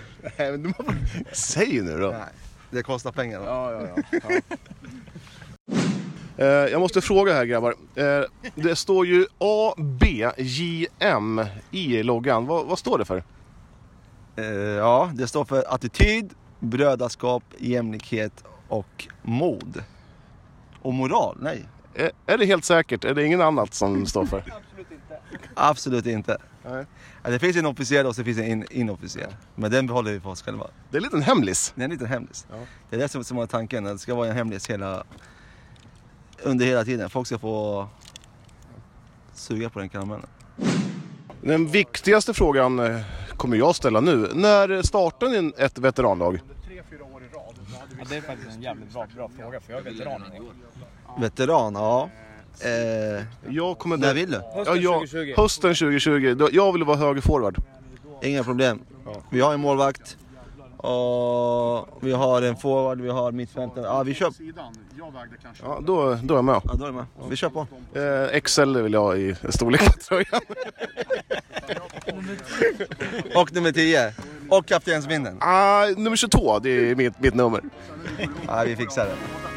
Säg nu då.
Nej, det kostar pengar.
Ja, ja, ja. ja. eh, jag måste fråga här, grabbar. Eh, det står ju A B J M i loggan. Vad, vad står det för?
Eh, ja, det står för attityd, brödraskap, jämlikhet och mod. Och moral, nej.
Eh, är det helt säkert? Är det ingen annat som står för?
Absolut inte. Absolut inte.
Nej.
Ja, det finns en officiell och så finns en in, inofficiell. Men den behåller vi för oss själva.
Det är en liten hemlis.
Det är en liten hemlis.
Ja.
Det är det som, som är tanken. Det ska vara en hemlis hela, under hela tiden. Folk ska få suga på den karamellen.
Den viktigaste frågan eh, kommer jag ställa nu. När startar ni ett veteranlag?
Ja, det är faktiskt en jävligt bra, bra fråga, för jag är veteran.
Veteran, ja. Eh,
Jag kommer
när vill du?
Ja, jag, hösten tjugo tjugo. Då- Jag vill vara högerforward.
Inga problem. Vi har en målvakt. Och vi har en forward, vi har mittfältare. Ja, vi kör.
Ja, då, då är jag med.
Ja, då är det med. Vi kör på.
Eh, X L vill jag ha i storlek på tröjan.
Och nummer tio. Och kaptensbindeln.
Ah, nummer tjugotvå, det är mitt, mitt nummer.
Ja, vi fixar det.